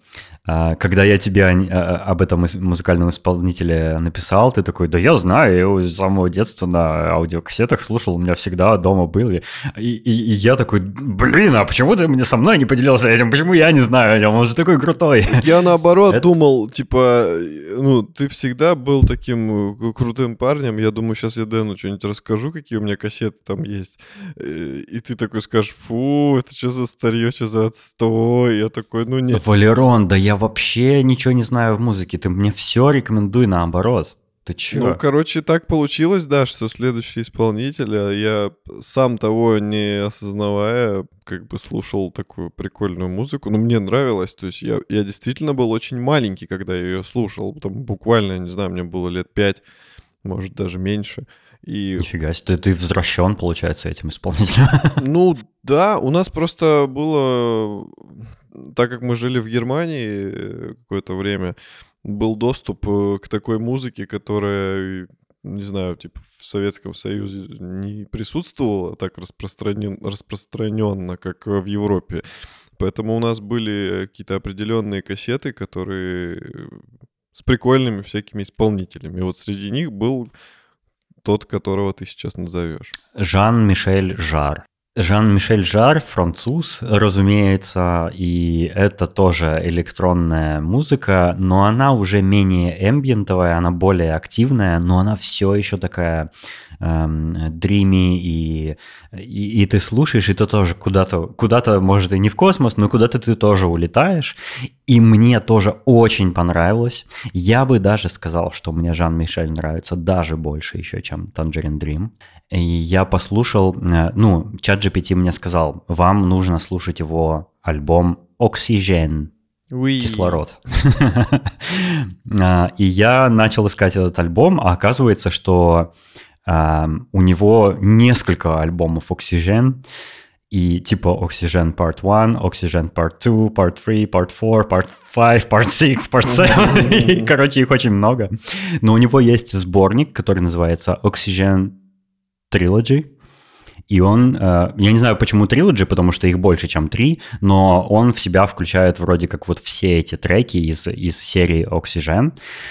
Когда я тебе об этом музыкальном исполнителе написал, ты такой, да я знаю, я его с самого детства на аудиокассетах слушал, у меня всегда дома был. И, и, и я такой, блин, а почему ты мне со мной не поделился этим? Почему я не знаю о нем? Он же такой крутой. Я наоборот Это... думал, типа, ну, ты всегда был таким крутым парнем, я думаю, сейчас я Дэну что-нибудь расскажу, какие у меня кассеты там есть. И ты такой скажешь, фу, это что за старье, что за отстой? Я такой, ну нет. Валерон, да я вообще ничего не знаю в музыке, ты мне все рекомендуй наоборот. Ты чё? Ну, короче, так получилось, да, что следующий исполнитель, я сам того не осознавая, как бы слушал такую прикольную музыку. Ну, мне нравилось, то есть я, я действительно был очень маленький, когда я ее слушал. Там буквально, я не знаю, мне было лет пять, может, даже меньше. И... Нифига себе, ты, ты возвращен, получается, этим исполнителем. Ну, да, у нас просто было... Так как мы жили в Германии какое-то время, был доступ к такой музыке, которая, не знаю, типа в Советском Союзе не присутствовала так распространен, распространенно, как в Европе. Поэтому у нас были какие-то определенные кассеты, которые с прикольными всякими исполнителями. И вот среди них был тот, которого ты сейчас назовешь. Жан-Мишель Жар. Жан-Мишель Жар, француз, разумеется, и это тоже электронная музыка, но она уже менее эмбиентовая, она более активная, но она все еще такая эм, dreamy, и, и, и ты слушаешь, и ты тоже куда-то, куда-то, может, и не в космос, но куда-то ты тоже улетаешь, и мне тоже очень понравилось. Я бы даже сказал, что мне Жан-Мишель нравится даже больше еще, чем Tangerine Dream. И я послушал, ну, ChatGPT мне сказал, вам нужно слушать его альбом «Oxygen», oui. «Кислород». И я начал искать этот альбом, а оказывается, что у него несколько альбомов «Oxygen», и типа Oxygen Part один, Oxygen Part два, Part три, Part четыре, Part пять, Part шесть, Part семь. И, короче, их очень много. Но у него есть сборник, который называется Oxygen Trilogy. И он, э, я не знаю, почему Trilogy, потому что их больше, чем три, но он в себя включает вроде как вот все эти треки из, из серии Oxygen.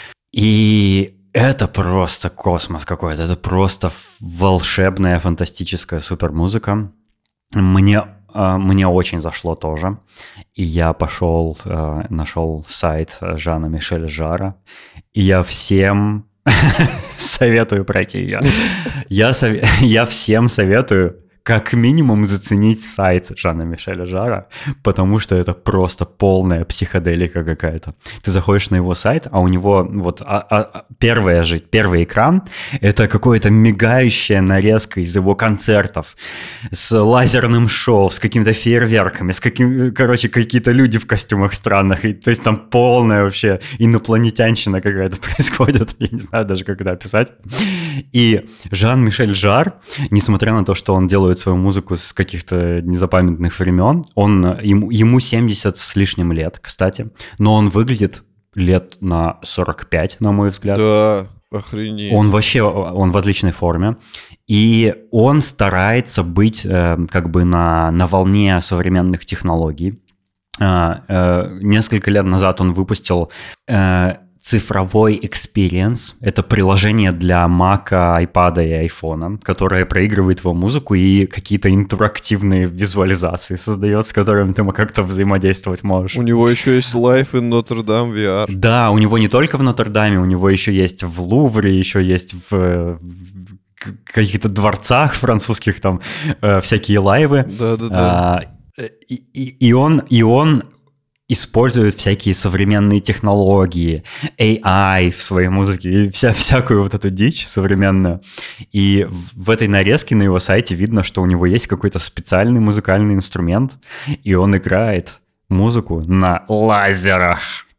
И это просто космос какой-то. Это просто волшебная, фантастическая супермузыка. Мне, э, мне очень зашло тоже. И я пошел, э, нашел сайт Жана Мишеля Жара. И я всем советую пройти ее. Я, сов... я всем советую как минимум заценить сайт Жана Мишеля Жара, потому что это просто полная психоделика какая-то. Ты заходишь на его сайт, а у него вот а, а, первый, же, первый экран — это какая-то мигающая нарезка из его концертов с лазерным шоу, с какими-то фейерверками, с каким, короче, какие-то люди в костюмах странных. И, то есть там полная вообще инопланетянщина какая-то происходит. Я не знаю даже, как это описать. И Жан-Мишель Жар, несмотря на то, что он делает свою музыку с каких-то незапамятных времен, он, ему, ему семьдесят с лишним лет, кстати, но он выглядит лет на сорок пять, на мой взгляд. Да, охренеть. Он вообще, он в отличной форме, и он старается быть э, как бы на, на волне современных технологий. Э, э, несколько лет назад он выпустил э, цифровой experience. Это приложение для Mac, iPad и iPhone, которое проигрывает его музыку и какие-то интерактивные визуализации создает, с которыми ты как-то взаимодействовать можешь. У него еще есть Live in Notre Dame ви ар. Да, у него не только в Нотр-Даме, у него еще есть в Лувре, еще есть в, в каких-то дворцах французских, там э, всякие лайвы. Да-да-да. А, и, и, и он... И он используют всякие современные технологии, эй ай в своей музыке, и вся, всякую вот эту дичь современную. И в, в этой нарезке на его сайте видно, что у него есть какой-то специальный музыкальный инструмент, и он играет музыку на лазерах.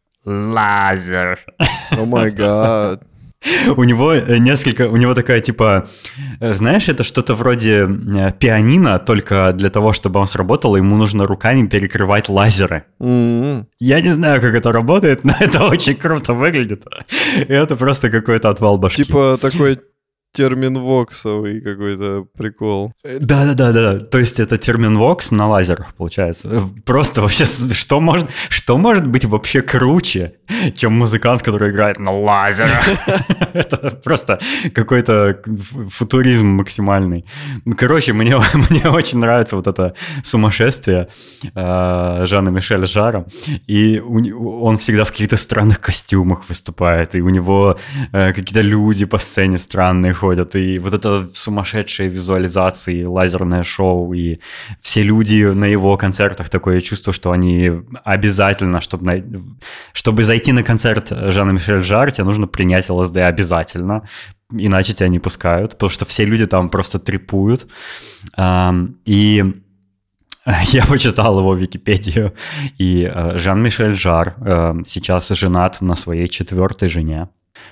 Лазер. О май гад. У него несколько, у него такая типа, знаешь, это что-то вроде пианино, только для того, чтобы он сработал, ему нужно руками перекрывать лазеры. Mm-hmm. Я не знаю, как это работает, но это очень круто выглядит. И это просто какой-то отвал башки. Типа такой терминвоксовый какой-то прикол. Да-да-да-да, то есть это терминвокс на лазерах, получается. Просто вообще, что может, что может быть вообще круче, чем музыкант, который играет на лазерах? Это просто какой-то футуризм максимальный. Короче, мне, мне очень нравится вот это сумасшествие Жана-Мишеля Жарра, и он всегда в каких-то странных костюмах выступает, и у него какие-то люди по сцене странные ходят, и вот это сумасшедшие визуализации, лазерное шоу, и все люди на его концертах, такое чувство, что они обязательно, чтобы, на... чтобы зайти на концерт Жана-Мишеля Жарра, тебе нужно принять ЛСД обязательно, иначе тебя не пускают, потому что все люди там просто трипуют. И я почитал его Википедию, и Жан-Мишель Жар сейчас женат на своей четвертой жене.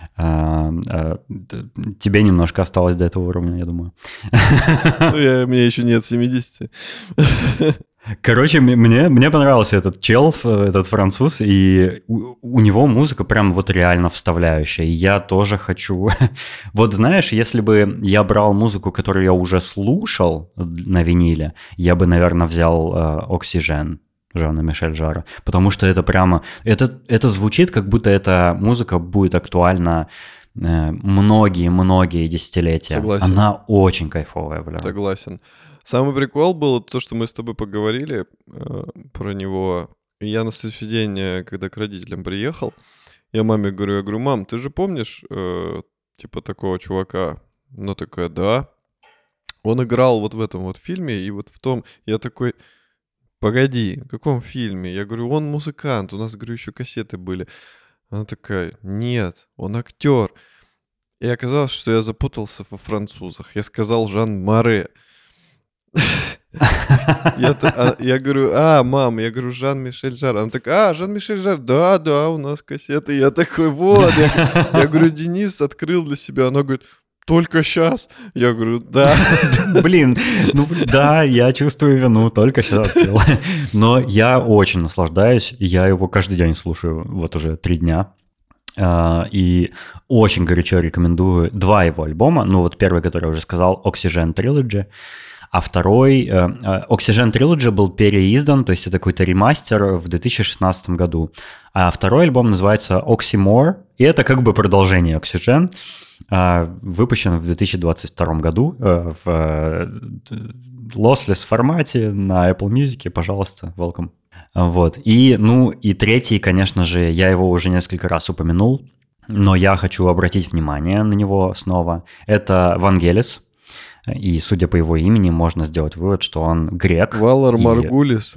Тебе немножко осталось до этого уровня, я думаю. Ну, я, мне еще нет семидесяти. Короче, мне, мне понравился этот чел, этот француз, и у, у него музыка прям вот реально вставляющая. И я тоже хочу... Вот знаешь, если бы я брал музыку, которую я уже слушал на виниле, я бы, наверное, взял «Оксижен» Жана-Мишель Жара, потому что это прямо... Это, это звучит, как будто эта музыка будет актуальна многие-многие десятилетия. Согласен. Она очень кайфовая, бля. Согласен. Самый прикол был то, что мы с тобой поговорили э, про него. И я на следующий день, когда к родителям приехал, я маме говорю, я говорю, мам, ты же помнишь, э, типа, такого чувака? Она такая, да. Он играл вот в этом вот фильме, и вот в том... Я такой, погоди, в каком фильме? Я говорю, он музыкант, у нас, говорю, еще кассеты были. Она такая, нет, он актер. И оказалось, что я запутался во французах. Я сказал Жан Море. Я, а, я говорю, а, мам, я говорю, Жан-Мишель Жар. Она такая, а, Жан-Мишель Жар, да, да, у нас кассеты. Я такой, вот. Я, я говорю, Денис открыл для себя. Она говорит, только сейчас. Я говорю, да. Блин, ну да, я чувствую вину, только сейчас открыл. Но я очень наслаждаюсь, я его каждый день слушаю, вот уже три дня. И очень горячо рекомендую два его альбома. Ну вот первый, который я уже сказал, Oxygen Trilogy. А второй, Oxygen Trilogy был переиздан, то есть это какой-то ремастер в две тысячи шестнадцатом году. А второй альбом называется Oxymore, и это как бы продолжение Oxygen, выпущен в две тысячи двадцать втором году в lossless формате на Apple Music, пожалуйста, welcome. Вот. И, ну, и третий, конечно же, я его уже несколько раз упомянул, но я хочу обратить внимание на него снова. Это Вангелис. И, судя по его имени, можно сделать вывод, что он грек. Валар и... Маргулис.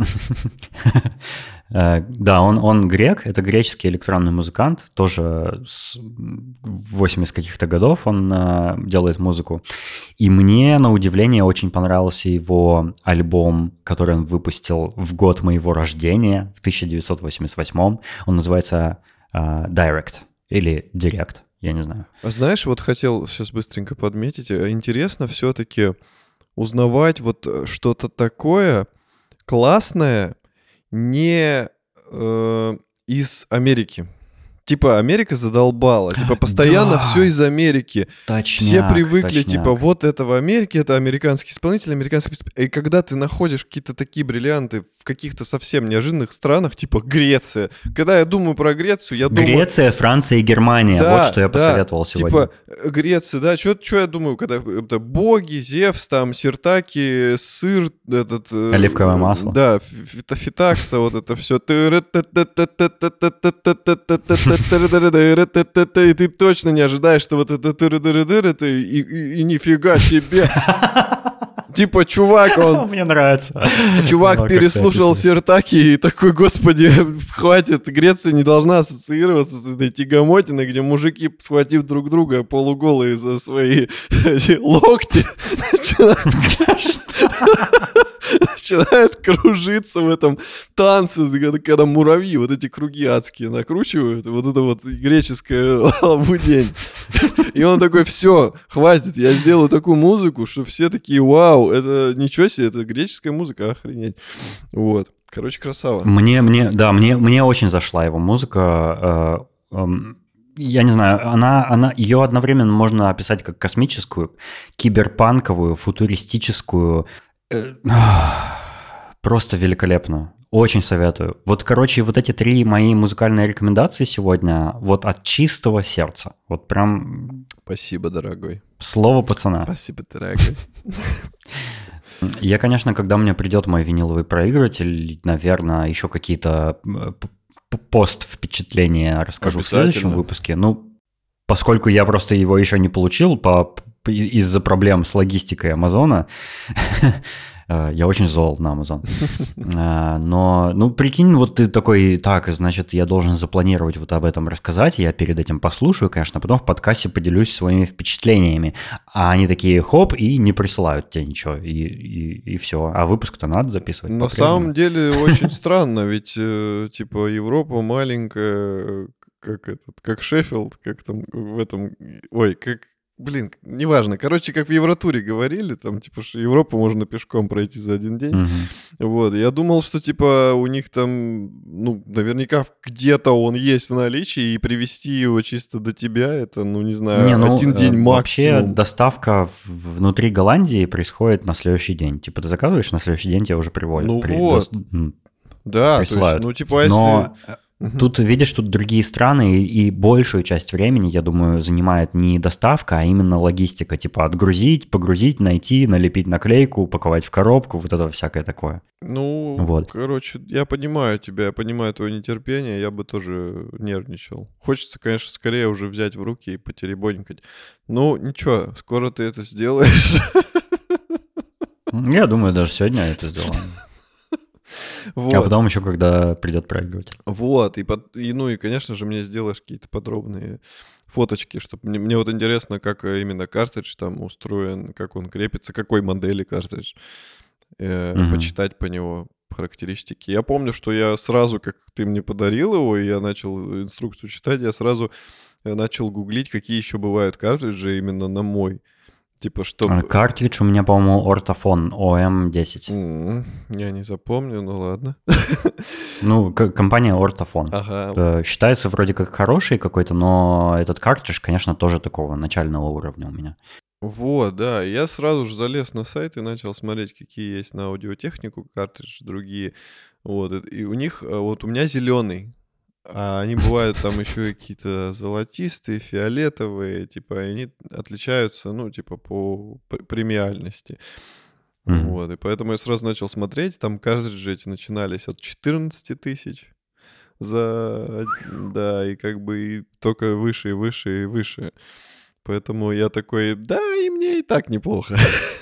Да, он, он грек, это греческий электронный музыкант, тоже с восьмидесятых каких-то годов он э, делает музыку. И мне, на удивление, очень понравился его альбом, который он выпустил в год моего рождения, в тысяча девятьсот восемьдесят восьмом. Он называется э, Direct или Direct, я не знаю. А знаешь, вот хотел сейчас быстренько подметить, интересно все-таки узнавать вот что-то такое классное, не э, из Америки. Типа Америка задолбала, типа постоянно Да. все из Америки. Точняк, Все привыкли, точняк. типа вот это в Америке, это американский исполнитель, американский исполнитель. И когда ты находишь какие-то такие бриллианты в каких-то совсем неожиданных странах, типа Греция. Когда я думаю про Грецию, я думаю... Греция, Франция и Германия, Да, вот что я да, посоветовал сегодня. Типа Греция, да, что я думаю, когда это боги, Зевс, там, Сиртаки, сыр, этот... э, Оливковое масло. Да, фи- фитакса, вот это все. И ты точно не ожидаешь, что вот это это и, и, и нифига себе. Типа, чувак, он... Мне нравится. Чувак Ну, переслушал как-то Сиртаки и такой, господи, хватит, Греция не должна ассоциироваться с этой тягомотиной, где мужики, схватив друг друга полуголые за свои эти локти, начинают кружиться в этом танце, когда, когда муравьи вот эти круги адские накручивают, вот это вот греческое лабудень. И он такой, все, хватит, я сделаю такую музыку, что все такие, вау, это ничего себе, это греческая музыка, охренеть. Вот, короче, красава. Мне, мне, да, мне, мне очень зашла его музыка. я не знаю, она, она, ее одновременно можно описать как космическую, киберпанковую, футуристическую, э, просто великолепную. Очень советую. Вот, короче, вот эти три мои музыкальные рекомендации сегодня вот от чистого сердца. Вот прям... Спасибо, дорогой. Слово пацана. Спасибо, дорогой. Я, конечно, когда у меня придет мой виниловый проигрыватель, наверное, еще какие-то пост-впечатления расскажу в следующем выпуске. Ну, поскольку я просто его еще не получил по, из-за проблем с логистикой Амазона, я очень зол на Amazon. Но, ну, прикинь, вот ты такой, так, значит, я должен запланировать вот об этом рассказать, я перед этим послушаю, конечно, а потом в подкасте поделюсь своими впечатлениями. А они такие, хоп, и не присылают тебе ничего, и, и, и все. А выпуск-то надо записывать. На самом деле очень странно, ведь, типа, Европа маленькая, как этот, как Шеффилд, как там в этом, ой, как... Блин, неважно. Короче, как в Евротуре говорили, там, типа, что Европу можно пешком пройти за один день. Mm-hmm. Вот. Я думал, что, типа, у них там, ну, наверняка где-то он есть в наличии, и привезти его чисто до тебя, это, ну, не знаю, не, ну, один день максимум. Вообще доставка внутри Голландии происходит на следующий день. Типа, ты заказываешь, на следующий день тебя уже привозят. Ну, при... вот. До... Да, присылают. То есть, ну, типа, если... Но... Тут, видишь, тут другие страны, и большую часть времени, я думаю, занимает не доставка, а именно логистика. Типа отгрузить, погрузить, найти, налепить наклейку, упаковать в коробку, вот это всякое такое. Ну, вот. Короче, я понимаю тебя, я понимаю твое нетерпение, я бы тоже нервничал. Хочется, конечно, скорее уже взять в руки и потеребонькать. Ну, ничего, скоро ты это сделаешь. Я думаю, даже сегодня это сделаем. Вот. А потом еще, когда придет проигрыватель. Вот, и, под, и, ну и, конечно же, мне сделаешь какие-то подробные фоточки, чтобы мне, мне вот интересно, как именно картридж там устроен, как он крепится, какой модели картридж, э, угу. почитать по него характеристики. Я помню, что я сразу, как ты мне подарил его, и я начал инструкцию читать, я сразу начал гуглить, какие еще бывают картриджи именно на мой. Типа, чтобы... Картридж у меня, по-моему, Ortofon о эм десять. Mm-hmm. Я не запомню, ну ладно. Ну, к- компания Ortofon. Ага. Считается вроде как хороший какой-то, но этот картридж, конечно, тоже такого начального уровня у меня. Вот, да. Я сразу же залез на сайт и начал смотреть, какие есть на аудиотехнику картриджи, другие. Вот, и у них, вот у меня зеленый. А они бывают там еще какие-то золотистые, фиолетовые, типа, они отличаются, ну, типа, по премиальности. Mm-hmm. Вот, и поэтому я сразу начал смотреть, там картриджи эти начинались от четырнадцать тысяч за, да, и как бы и только выше, и выше, и выше. Поэтому я такой, да, и мне и так неплохо.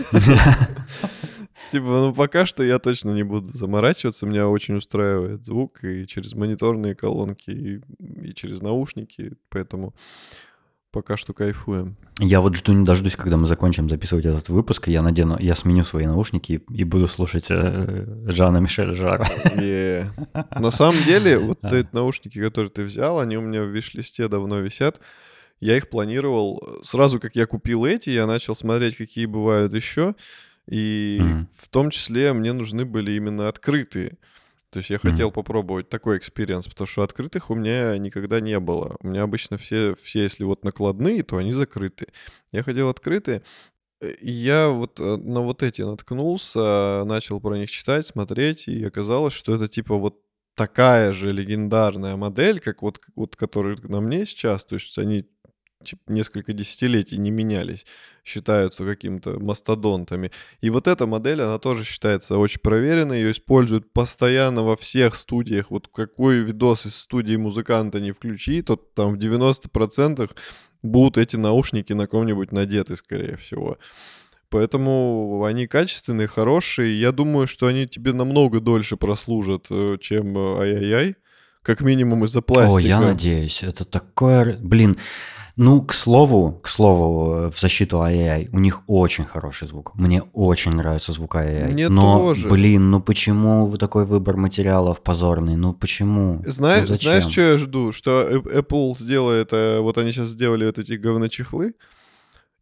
Типа, ну пока что я точно не буду заморачиваться, меня очень устраивает звук и через мониторные колонки, и, и через наушники, поэтому пока что кайфуем. Я вот жду не дождусь, когда мы закончим записывать этот выпуск, и я надену, я сменю свои наушники и, и буду слушать э, Жана-Мишеля Жара. Yeah. На самом деле, вот эти наушники, которые ты взял, они у меня в виш-листе давно висят. Я их планировал, сразу как я купил эти, я начал смотреть, какие бывают еще. И mm-hmm. в том числе мне нужны были именно открытые. То есть я mm-hmm. хотел попробовать такой экспириенс, потому что открытых у меня никогда не было. У меня обычно все, все если вот накладные, то они закрыты. Я хотел открытые. И я вот на вот эти наткнулся, начал про них читать, смотреть, и оказалось, что это типа вот такая же легендарная модель, как вот, вот которая на мне сейчас. То есть они несколько десятилетий не менялись, считаются какими-то мастодонтами. И вот эта модель, она тоже считается очень проверенной, ее используют постоянно во всех студиях. Вот какой видос из студии музыканта не включи, то там в девяноста процентах будут эти наушники на ком-нибудь надеты, скорее всего. Поэтому они качественные, хорошие. Я думаю, что они тебе намного дольше прослужат, чем ай-яй-яй. Как минимум из-за пластика. О, я надеюсь. Это такое... Блин... Ну, к слову, к слову, в защиту ай-яй-яй, у них очень хороший звук. Мне очень нравится звук ай-яй-яй. Мне Но, тоже. Блин, ну почему такой выбор материалов позорный? Ну почему? Знаешь, ну, знаешь, что я жду? Что Apple сделает, вот они сейчас сделали вот эти говночехлы,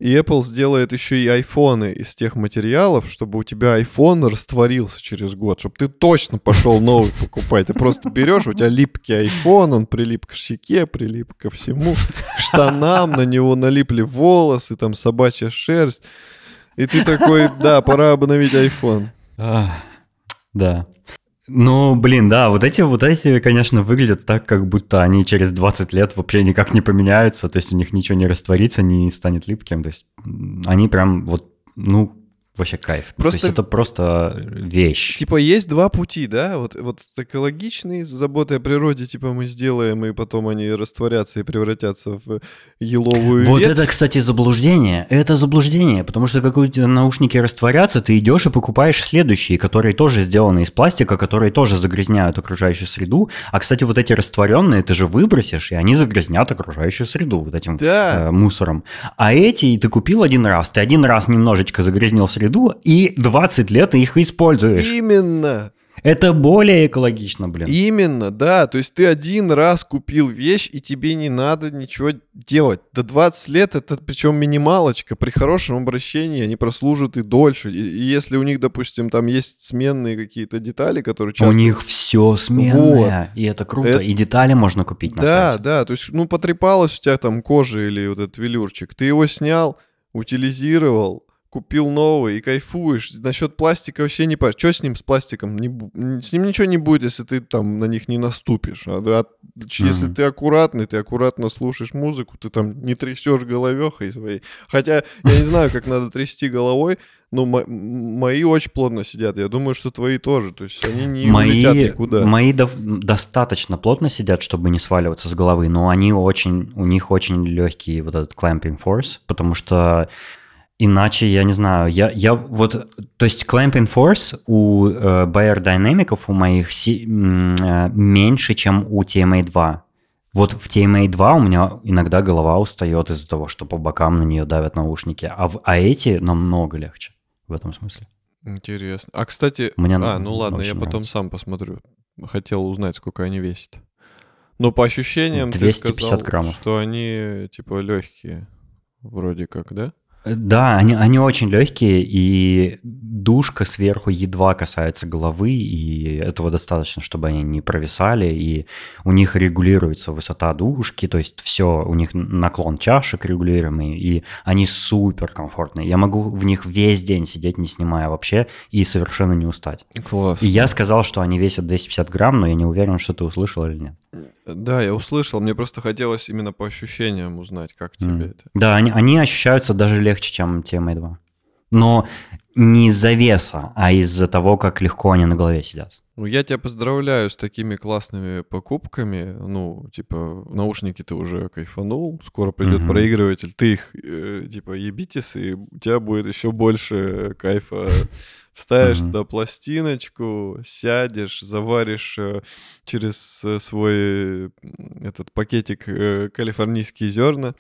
И Apple сделает еще и айфоны из тех материалов, чтобы у тебя iPhone растворился через год, чтобы ты точно пошел новый покупать. Ты просто берешь, у тебя липкий iPhone, он прилип к щеке, прилип ко всему, к штанам, на него налипли волосы, там собачья шерсть. И ты такой, да, пора обновить iPhone. Да. Ну, блин, да, вот эти, вот эти, конечно, выглядят так, как будто они через двадцать лет вообще никак не поменяются, то есть у них ничего не растворится, не станет липким, то есть они прям вот, ну, вообще кайф. Просто, то есть это просто вещь. Типа есть два пути, да? Вот, вот экологичный, с заботой о природе, типа мы сделаем, и потом они растворятся и превратятся в еловую Вот ветвь. это, кстати, заблуждение. Это заблуждение, потому что как у тебя наушники растворятся, ты идешь и покупаешь следующие, которые тоже сделаны из пластика, которые тоже загрязняют окружающую среду. А, кстати, вот эти растворенные ты же выбросишь, и они загрязнят окружающую среду вот этим Да. э, мусором. А эти ты купил один раз, ты один раз немножечко загрязнил среду, и двадцать лет ты их используешь. Именно. Это более экологично, блин. Именно, да. То есть ты один раз купил вещь, и тебе не надо ничего делать. До двадцать лет это причем минималочка. При хорошем обращении они прослужат и дольше. И, и если у них, допустим, там есть сменные какие-то детали, которые часто... У них все сменное, Вот. и это круто. Это... И детали можно купить на Да, сайте. да. То есть, ну, потрепалась у тебя там кожа или вот этот велюрчик. Ты его снял, утилизировал, купил новый и кайфуешь. Насчет пластика вообще не паришь. Что с ним, с пластиком? Не, с ним ничего не будет, если ты там на них не наступишь. А, а, если mm-hmm. ты аккуратный, ты аккуратно слушаешь музыку, ты там не трясешь головехой своей. Хотя я не знаю, как надо трясти головой, но мо- мои очень плотно сидят. Я думаю, что твои тоже. То есть они не мои, улетят никуда. Мои до- достаточно плотно сидят, чтобы не сваливаться с головы, но они очень, у них очень легкий вот этот clamping force, потому что иначе, я не знаю, я, я вот, то есть clamping force у э, Beyerdynamic у моих си, э, меньше, чем у ти эм эй два. Вот в ти эм эй два у меня иногда голова устает из-за того, что по бокам на нее давят наушники, а, в, а эти намного легче в этом смысле. Интересно. А, кстати, Мне а, ну ладно, я потом нравится. сам посмотрю. Хотел узнать, сколько они весят. Но по ощущениям двести ты пятьдесят сказал, граммов. что они типа легкие, вроде как, да? Да, они, они очень легкие, и дужка сверху едва касается головы, и этого достаточно, чтобы они не провисали, и у них регулируется высота дужки, то есть все, у них наклон чашек регулируемый, и они супер комфортные. Я могу в них весь день сидеть, не снимая вообще, и совершенно не устать. Класс. И я сказал, что они весят двести пятьдесят грамм, но я не уверен, что ты услышал или нет. Да, я услышал. Мне просто хотелось именно по ощущениям узнать, как тебе Mm. это. Да, они, они ощущаются даже легче, чем ти эм эй два. Но не из-за веса, а из-за того, как легко они на голове сидят. Ну, я тебя поздравляю с такими классными покупками. Ну, типа, наушники ты уже кайфанул, скоро придет Мгм. проигрыватель, ты их, э, типа, ебитесь, и у тебя будет еще больше кайфа. Вставишь Мгм. туда пластиночку, сядешь, заваришь э, через э, свой э, этот пакетик э, калифорнийские зерна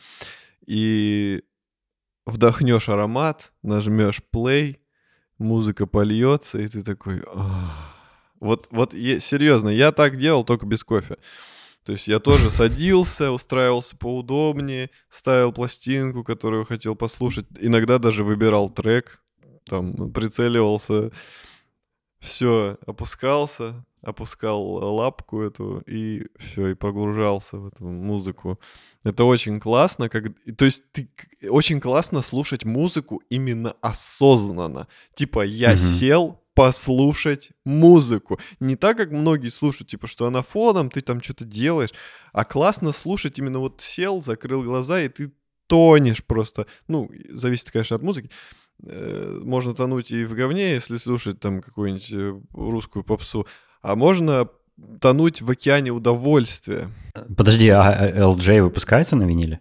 и вдохнешь аромат, нажмешь play, музыка польется, и ты такой... «Ах». Вот, вот е- серьезно, я так делал, только без кофе. То есть я тоже садился, устраивался поудобнее, ставил пластинку, которую хотел послушать, иногда даже выбирал трек, там прицеливался, все, опускался, опускал лапку эту, и все, и погружался в эту музыку. Это очень классно, как... то есть ты... очень классно слушать музыку именно осознанно. Типа я Мгм. сел послушать музыку. Не так, как многие слушают, типа, что она фоном, ты там что-то делаешь, а классно слушать именно вот сел, закрыл глаза, и ты тонешь просто. Ну, зависит, конечно, от музыки. Э, Можно тонуть и в говне, если слушать там какую-нибудь э, русскую попсу, а можно тонуть в океане удовольствия. Подожди, а эл джей выпускается на виниле?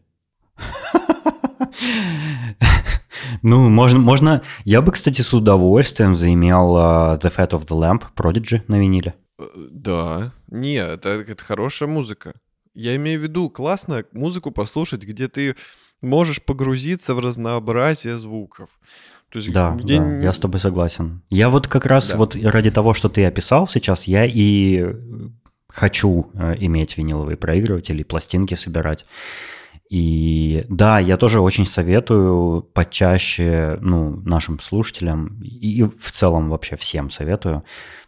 Ну, можно, можно... Я бы, кстати, с удовольствием заимел uh, The Fate of the Lamp Prodigy на виниле. Э, Да. Не, это, это хорошая музыка. Я имею в виду, классно музыку послушать, где ты можешь погрузиться в разнообразие звуков. То есть, Да, где... да, я с тобой согласен. Я вот как раз Да. вот ради того, что ты описал сейчас, я и хочу э, иметь виниловые проигрыватели, пластинки собирать. И да, я тоже очень советую почаще, ну, нашим слушателям и в целом вообще всем советую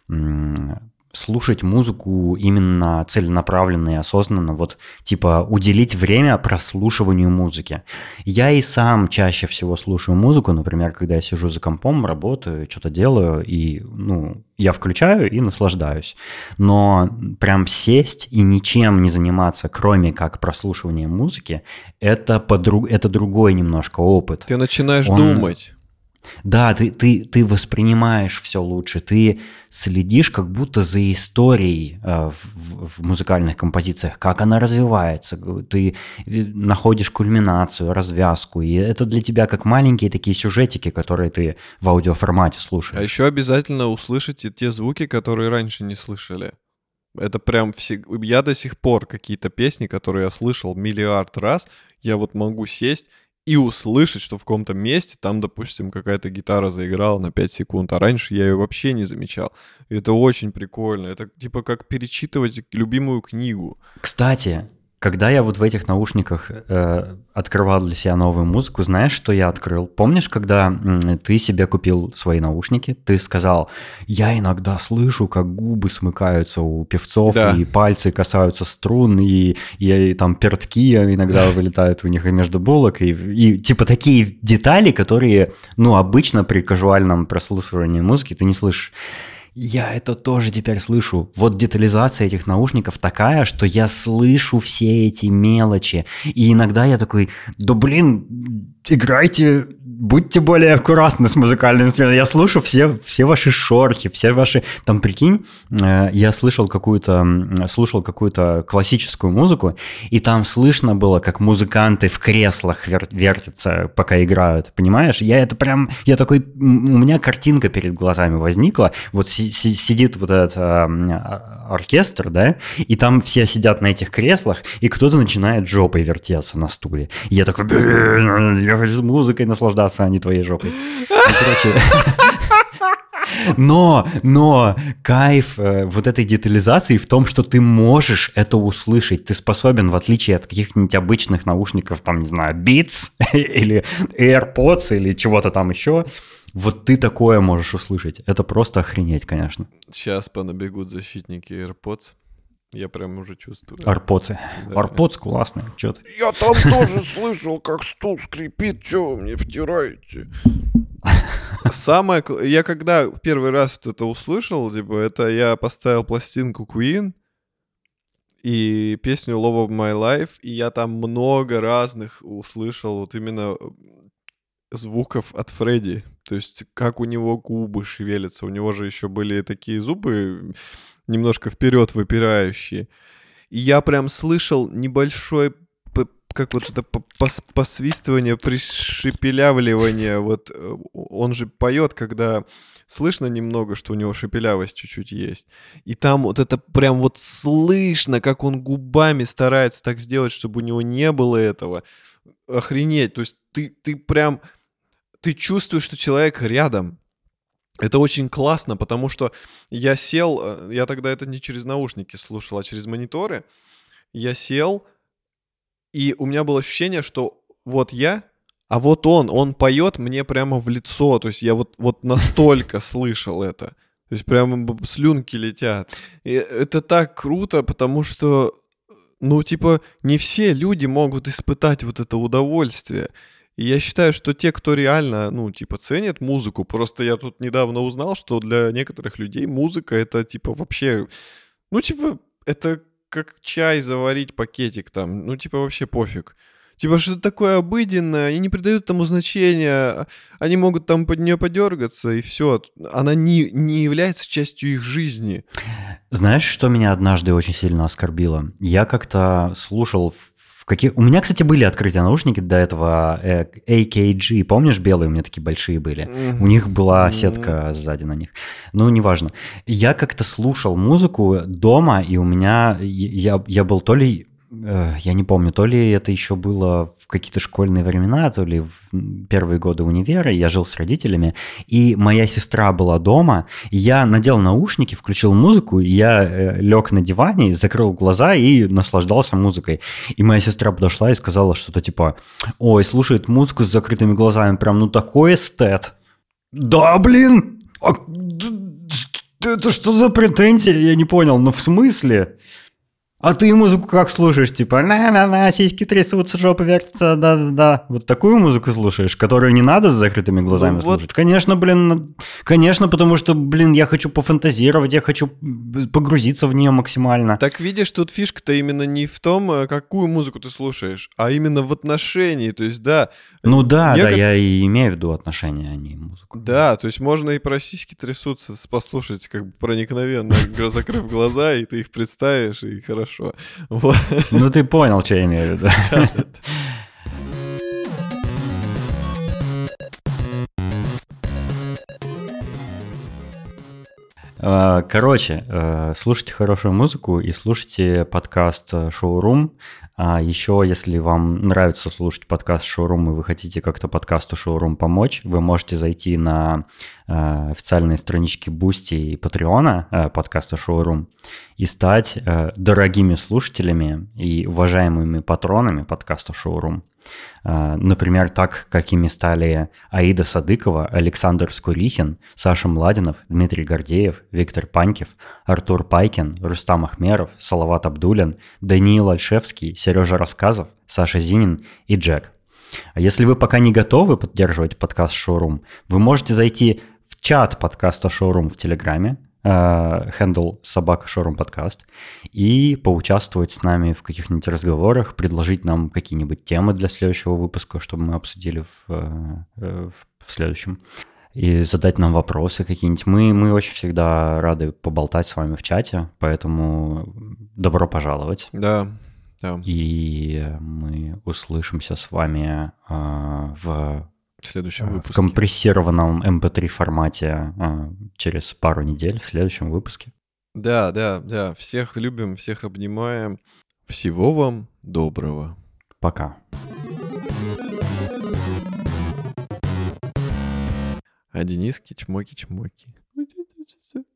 слушать музыку именно целенаправленно и осознанно, вот типа уделить время прослушиванию музыки. Я и сам чаще всего слушаю музыку, например, когда я сижу за компом, работаю, что-то делаю, и, ну, я включаю и наслаждаюсь. Но прям сесть и ничем не заниматься, кроме как прослушиванием музыки, это, подруг... это другой немножко опыт. Ты начинаешь Он... думать. Да, ты, ты, ты воспринимаешь все лучше, ты следишь как будто за историей э, в, в музыкальных композициях, как она развивается, ты находишь кульминацию, развязку, и это для тебя как маленькие такие сюжетики, которые ты в аудиоформате слушаешь. А еще обязательно услышите те звуки, которые раньше не слышали. Это прям все... Я до сих пор какие-то песни, которые я слышал миллиард раз, я вот могу сесть и услышать, что в каком-то месте там, допустим, какая-то гитара заиграла на пять секунд, а раньше я ее вообще не замечал. И это очень прикольно. Это типа как перечитывать любимую книгу. Кстати, когда я вот в этих наушниках э, открывал для себя новую музыку, знаешь, что я открыл? Помнишь, когда м, ты себе купил свои наушники, ты сказал, я иногда слышу, как губы смыкаются у певцов, да. И пальцы касаются струн, и, и, и там пертки иногда вылетают у них и между булок, и, и типа такие детали, которые, ну, обычно при кажуальном прослушивании музыки ты не слышишь. Я это тоже теперь слышу. Вот детализация этих наушников такая, что я слышу все эти мелочи. И иногда я такой, да блин, играйте, будьте более аккуратны с музыкальным инструментом. Я слышу все, все ваши шорхи, все ваши... Там, прикинь, я слышал какую-то, слушал какую-то классическую музыку, и там слышно было, как музыканты в креслах вер- вертятся, пока играют. Понимаешь? Я это прям... Я такой... У меня картинка перед глазами возникла. Вот сидит вот этот а, оркестр, да, и там все сидят на этих креслах, и кто-то начинает жопой вертеться на стуле. И я такой, я хочу музыкой наслаждаться, а не твоей жопой. Ну, короче... Но, но кайф э, вот этой детализации в том, что ты можешь это услышать. Ты способен, в отличие от каких-нибудь обычных наушников, там, не знаю, Beats или AirPods или чего-то там еще, вот ты такое можешь услышать. Это просто охренеть, конечно. Сейчас понабегут защитники AirPods. Я прям уже чувствую. AirPods. Да. AirPods классные. Чё ты? Я там тоже слышал, как стул скрипит. Чё вы мне втираете? Самое... Я когда первый раз вот это услышал, типа, это я поставил пластинку Queen и песню Love of My Life, и я там много разных услышал вот именно звуков от Фредди. То есть как у него губы шевелятся. У него же еще были такие зубы немножко вперед выпирающие. И я прям слышал небольшой, как вот это посвистывание, пришепелявливание. Вот он же поет, когда слышно немного, что у него шепелявость чуть-чуть есть. И там вот это прям вот слышно, как он губами старается так сделать, чтобы у него не было этого. Охренеть. То есть ты, ты прям... Ты чувствуешь, что человек рядом. Это очень классно, потому что я сел, я тогда это не через наушники слушал, а через мониторы. Я сел, и у меня было ощущение, что вот я, а вот он, он поет мне прямо в лицо. То есть я вот, вот настолько слышал это. То есть прямо слюнки летят. И это так круто, потому что, ну, типа, не все люди могут испытать вот это удовольствие. И я считаю, что те, кто реально, ну, типа, ценит музыку, просто я тут недавно узнал, что для некоторых людей музыка — это, типа, вообще, ну, типа, это как чай заварить, пакетик там, ну, типа, вообще пофиг. Типа, что-то такое обыденное, они не придают тому значения, они могут там под нее подергаться, и все. Она не, не является частью их жизни. Знаешь, что меня однажды очень сильно оскорбило? Я как-то слушал... В каких... У меня, кстати, были открытые наушники до этого, э, эй кей джи, помнишь, белые у меня такие большие были? Mm-hmm. У них была сетка mm-hmm. сзади на них. Ну, неважно. Я как-то слушал музыку дома, и у меня... Я, я был то ли я не помню, то ли это еще было в какие-то школьные времена, то ли в первые годы универа, я жил с родителями, и моя сестра была дома, и я надел наушники, включил музыку, и я лег на диване, закрыл глаза и наслаждался музыкой. И моя сестра подошла и сказала что-то типа: ой, слушает музыку с закрытыми глазами, прям ну такой эстет. Да, блин! А, это что за претензия? Я не понял, ну в смысле? А ты музыку как слушаешь? Типа, на-на-на, сиськи трясутся, жопа вертится, да-да-да. Вот такую музыку слушаешь, которую не надо с закрытыми глазами ну, слушать? Вот. Конечно, блин, конечно, потому что, блин, я хочу пофантазировать, я хочу погрузиться в нее максимально. Так видишь, тут фишка-то именно не в том, какую музыку ты слушаешь, а именно в отношении, то есть, да. Ну да, некотор... да, я и имею в виду отношения, а не музыку. Да, то есть можно и про сиськи трясутся послушать как бы проникновенно, закрыв глаза, и ты их представишь, и хорошо. Вот. Ну, ты понял, что я имею в виду. Короче, слушайте хорошую музыку и слушайте подкаст «Шоурум». А еще, если вам нравится слушать подкаст «Шоурум» и вы хотите как-то подкасту «Шоурум» помочь, вы можете зайти на э, официальные странички Boosty и Патреона э, подкаста «Шоурум» и стать э, дорогими слушателями и уважаемыми патронами подкаста «Шоурум». Э, например, так, какими стали Аида Садыкова, Александр Скурихин, Саша Младинов, Дмитрий Гордеев, Виктор Панькев, Артур Пайкин, Рустам Ахмеров, Салават Абдулин, Даниил Альшевский, Сережа Рассказов, Саша Зинин и Джек. А если вы пока не готовы поддерживать подкаст «Шоурум», вы можете зайти в чат подкаста «Шоурум» в Телеграме, хендл э, собака «Шоурум подкаст», и поучаствовать с нами в каких-нибудь разговорах, предложить нам какие-нибудь темы для следующего выпуска, чтобы мы обсудили в, э, в следующем, и задать нам вопросы какие-нибудь. Мы, мы очень всегда рады поболтать с вами в чате, поэтому добро пожаловать. Да. Да. И мы услышимся с вами э, в, в следующем выпуске. В компрессированном эм пэ три формате э, через пару недель в следующем выпуске. Да, да, да. Всех любим, всех обнимаем. Всего вам доброго. Пока. А Дениски чмоки-чмоки.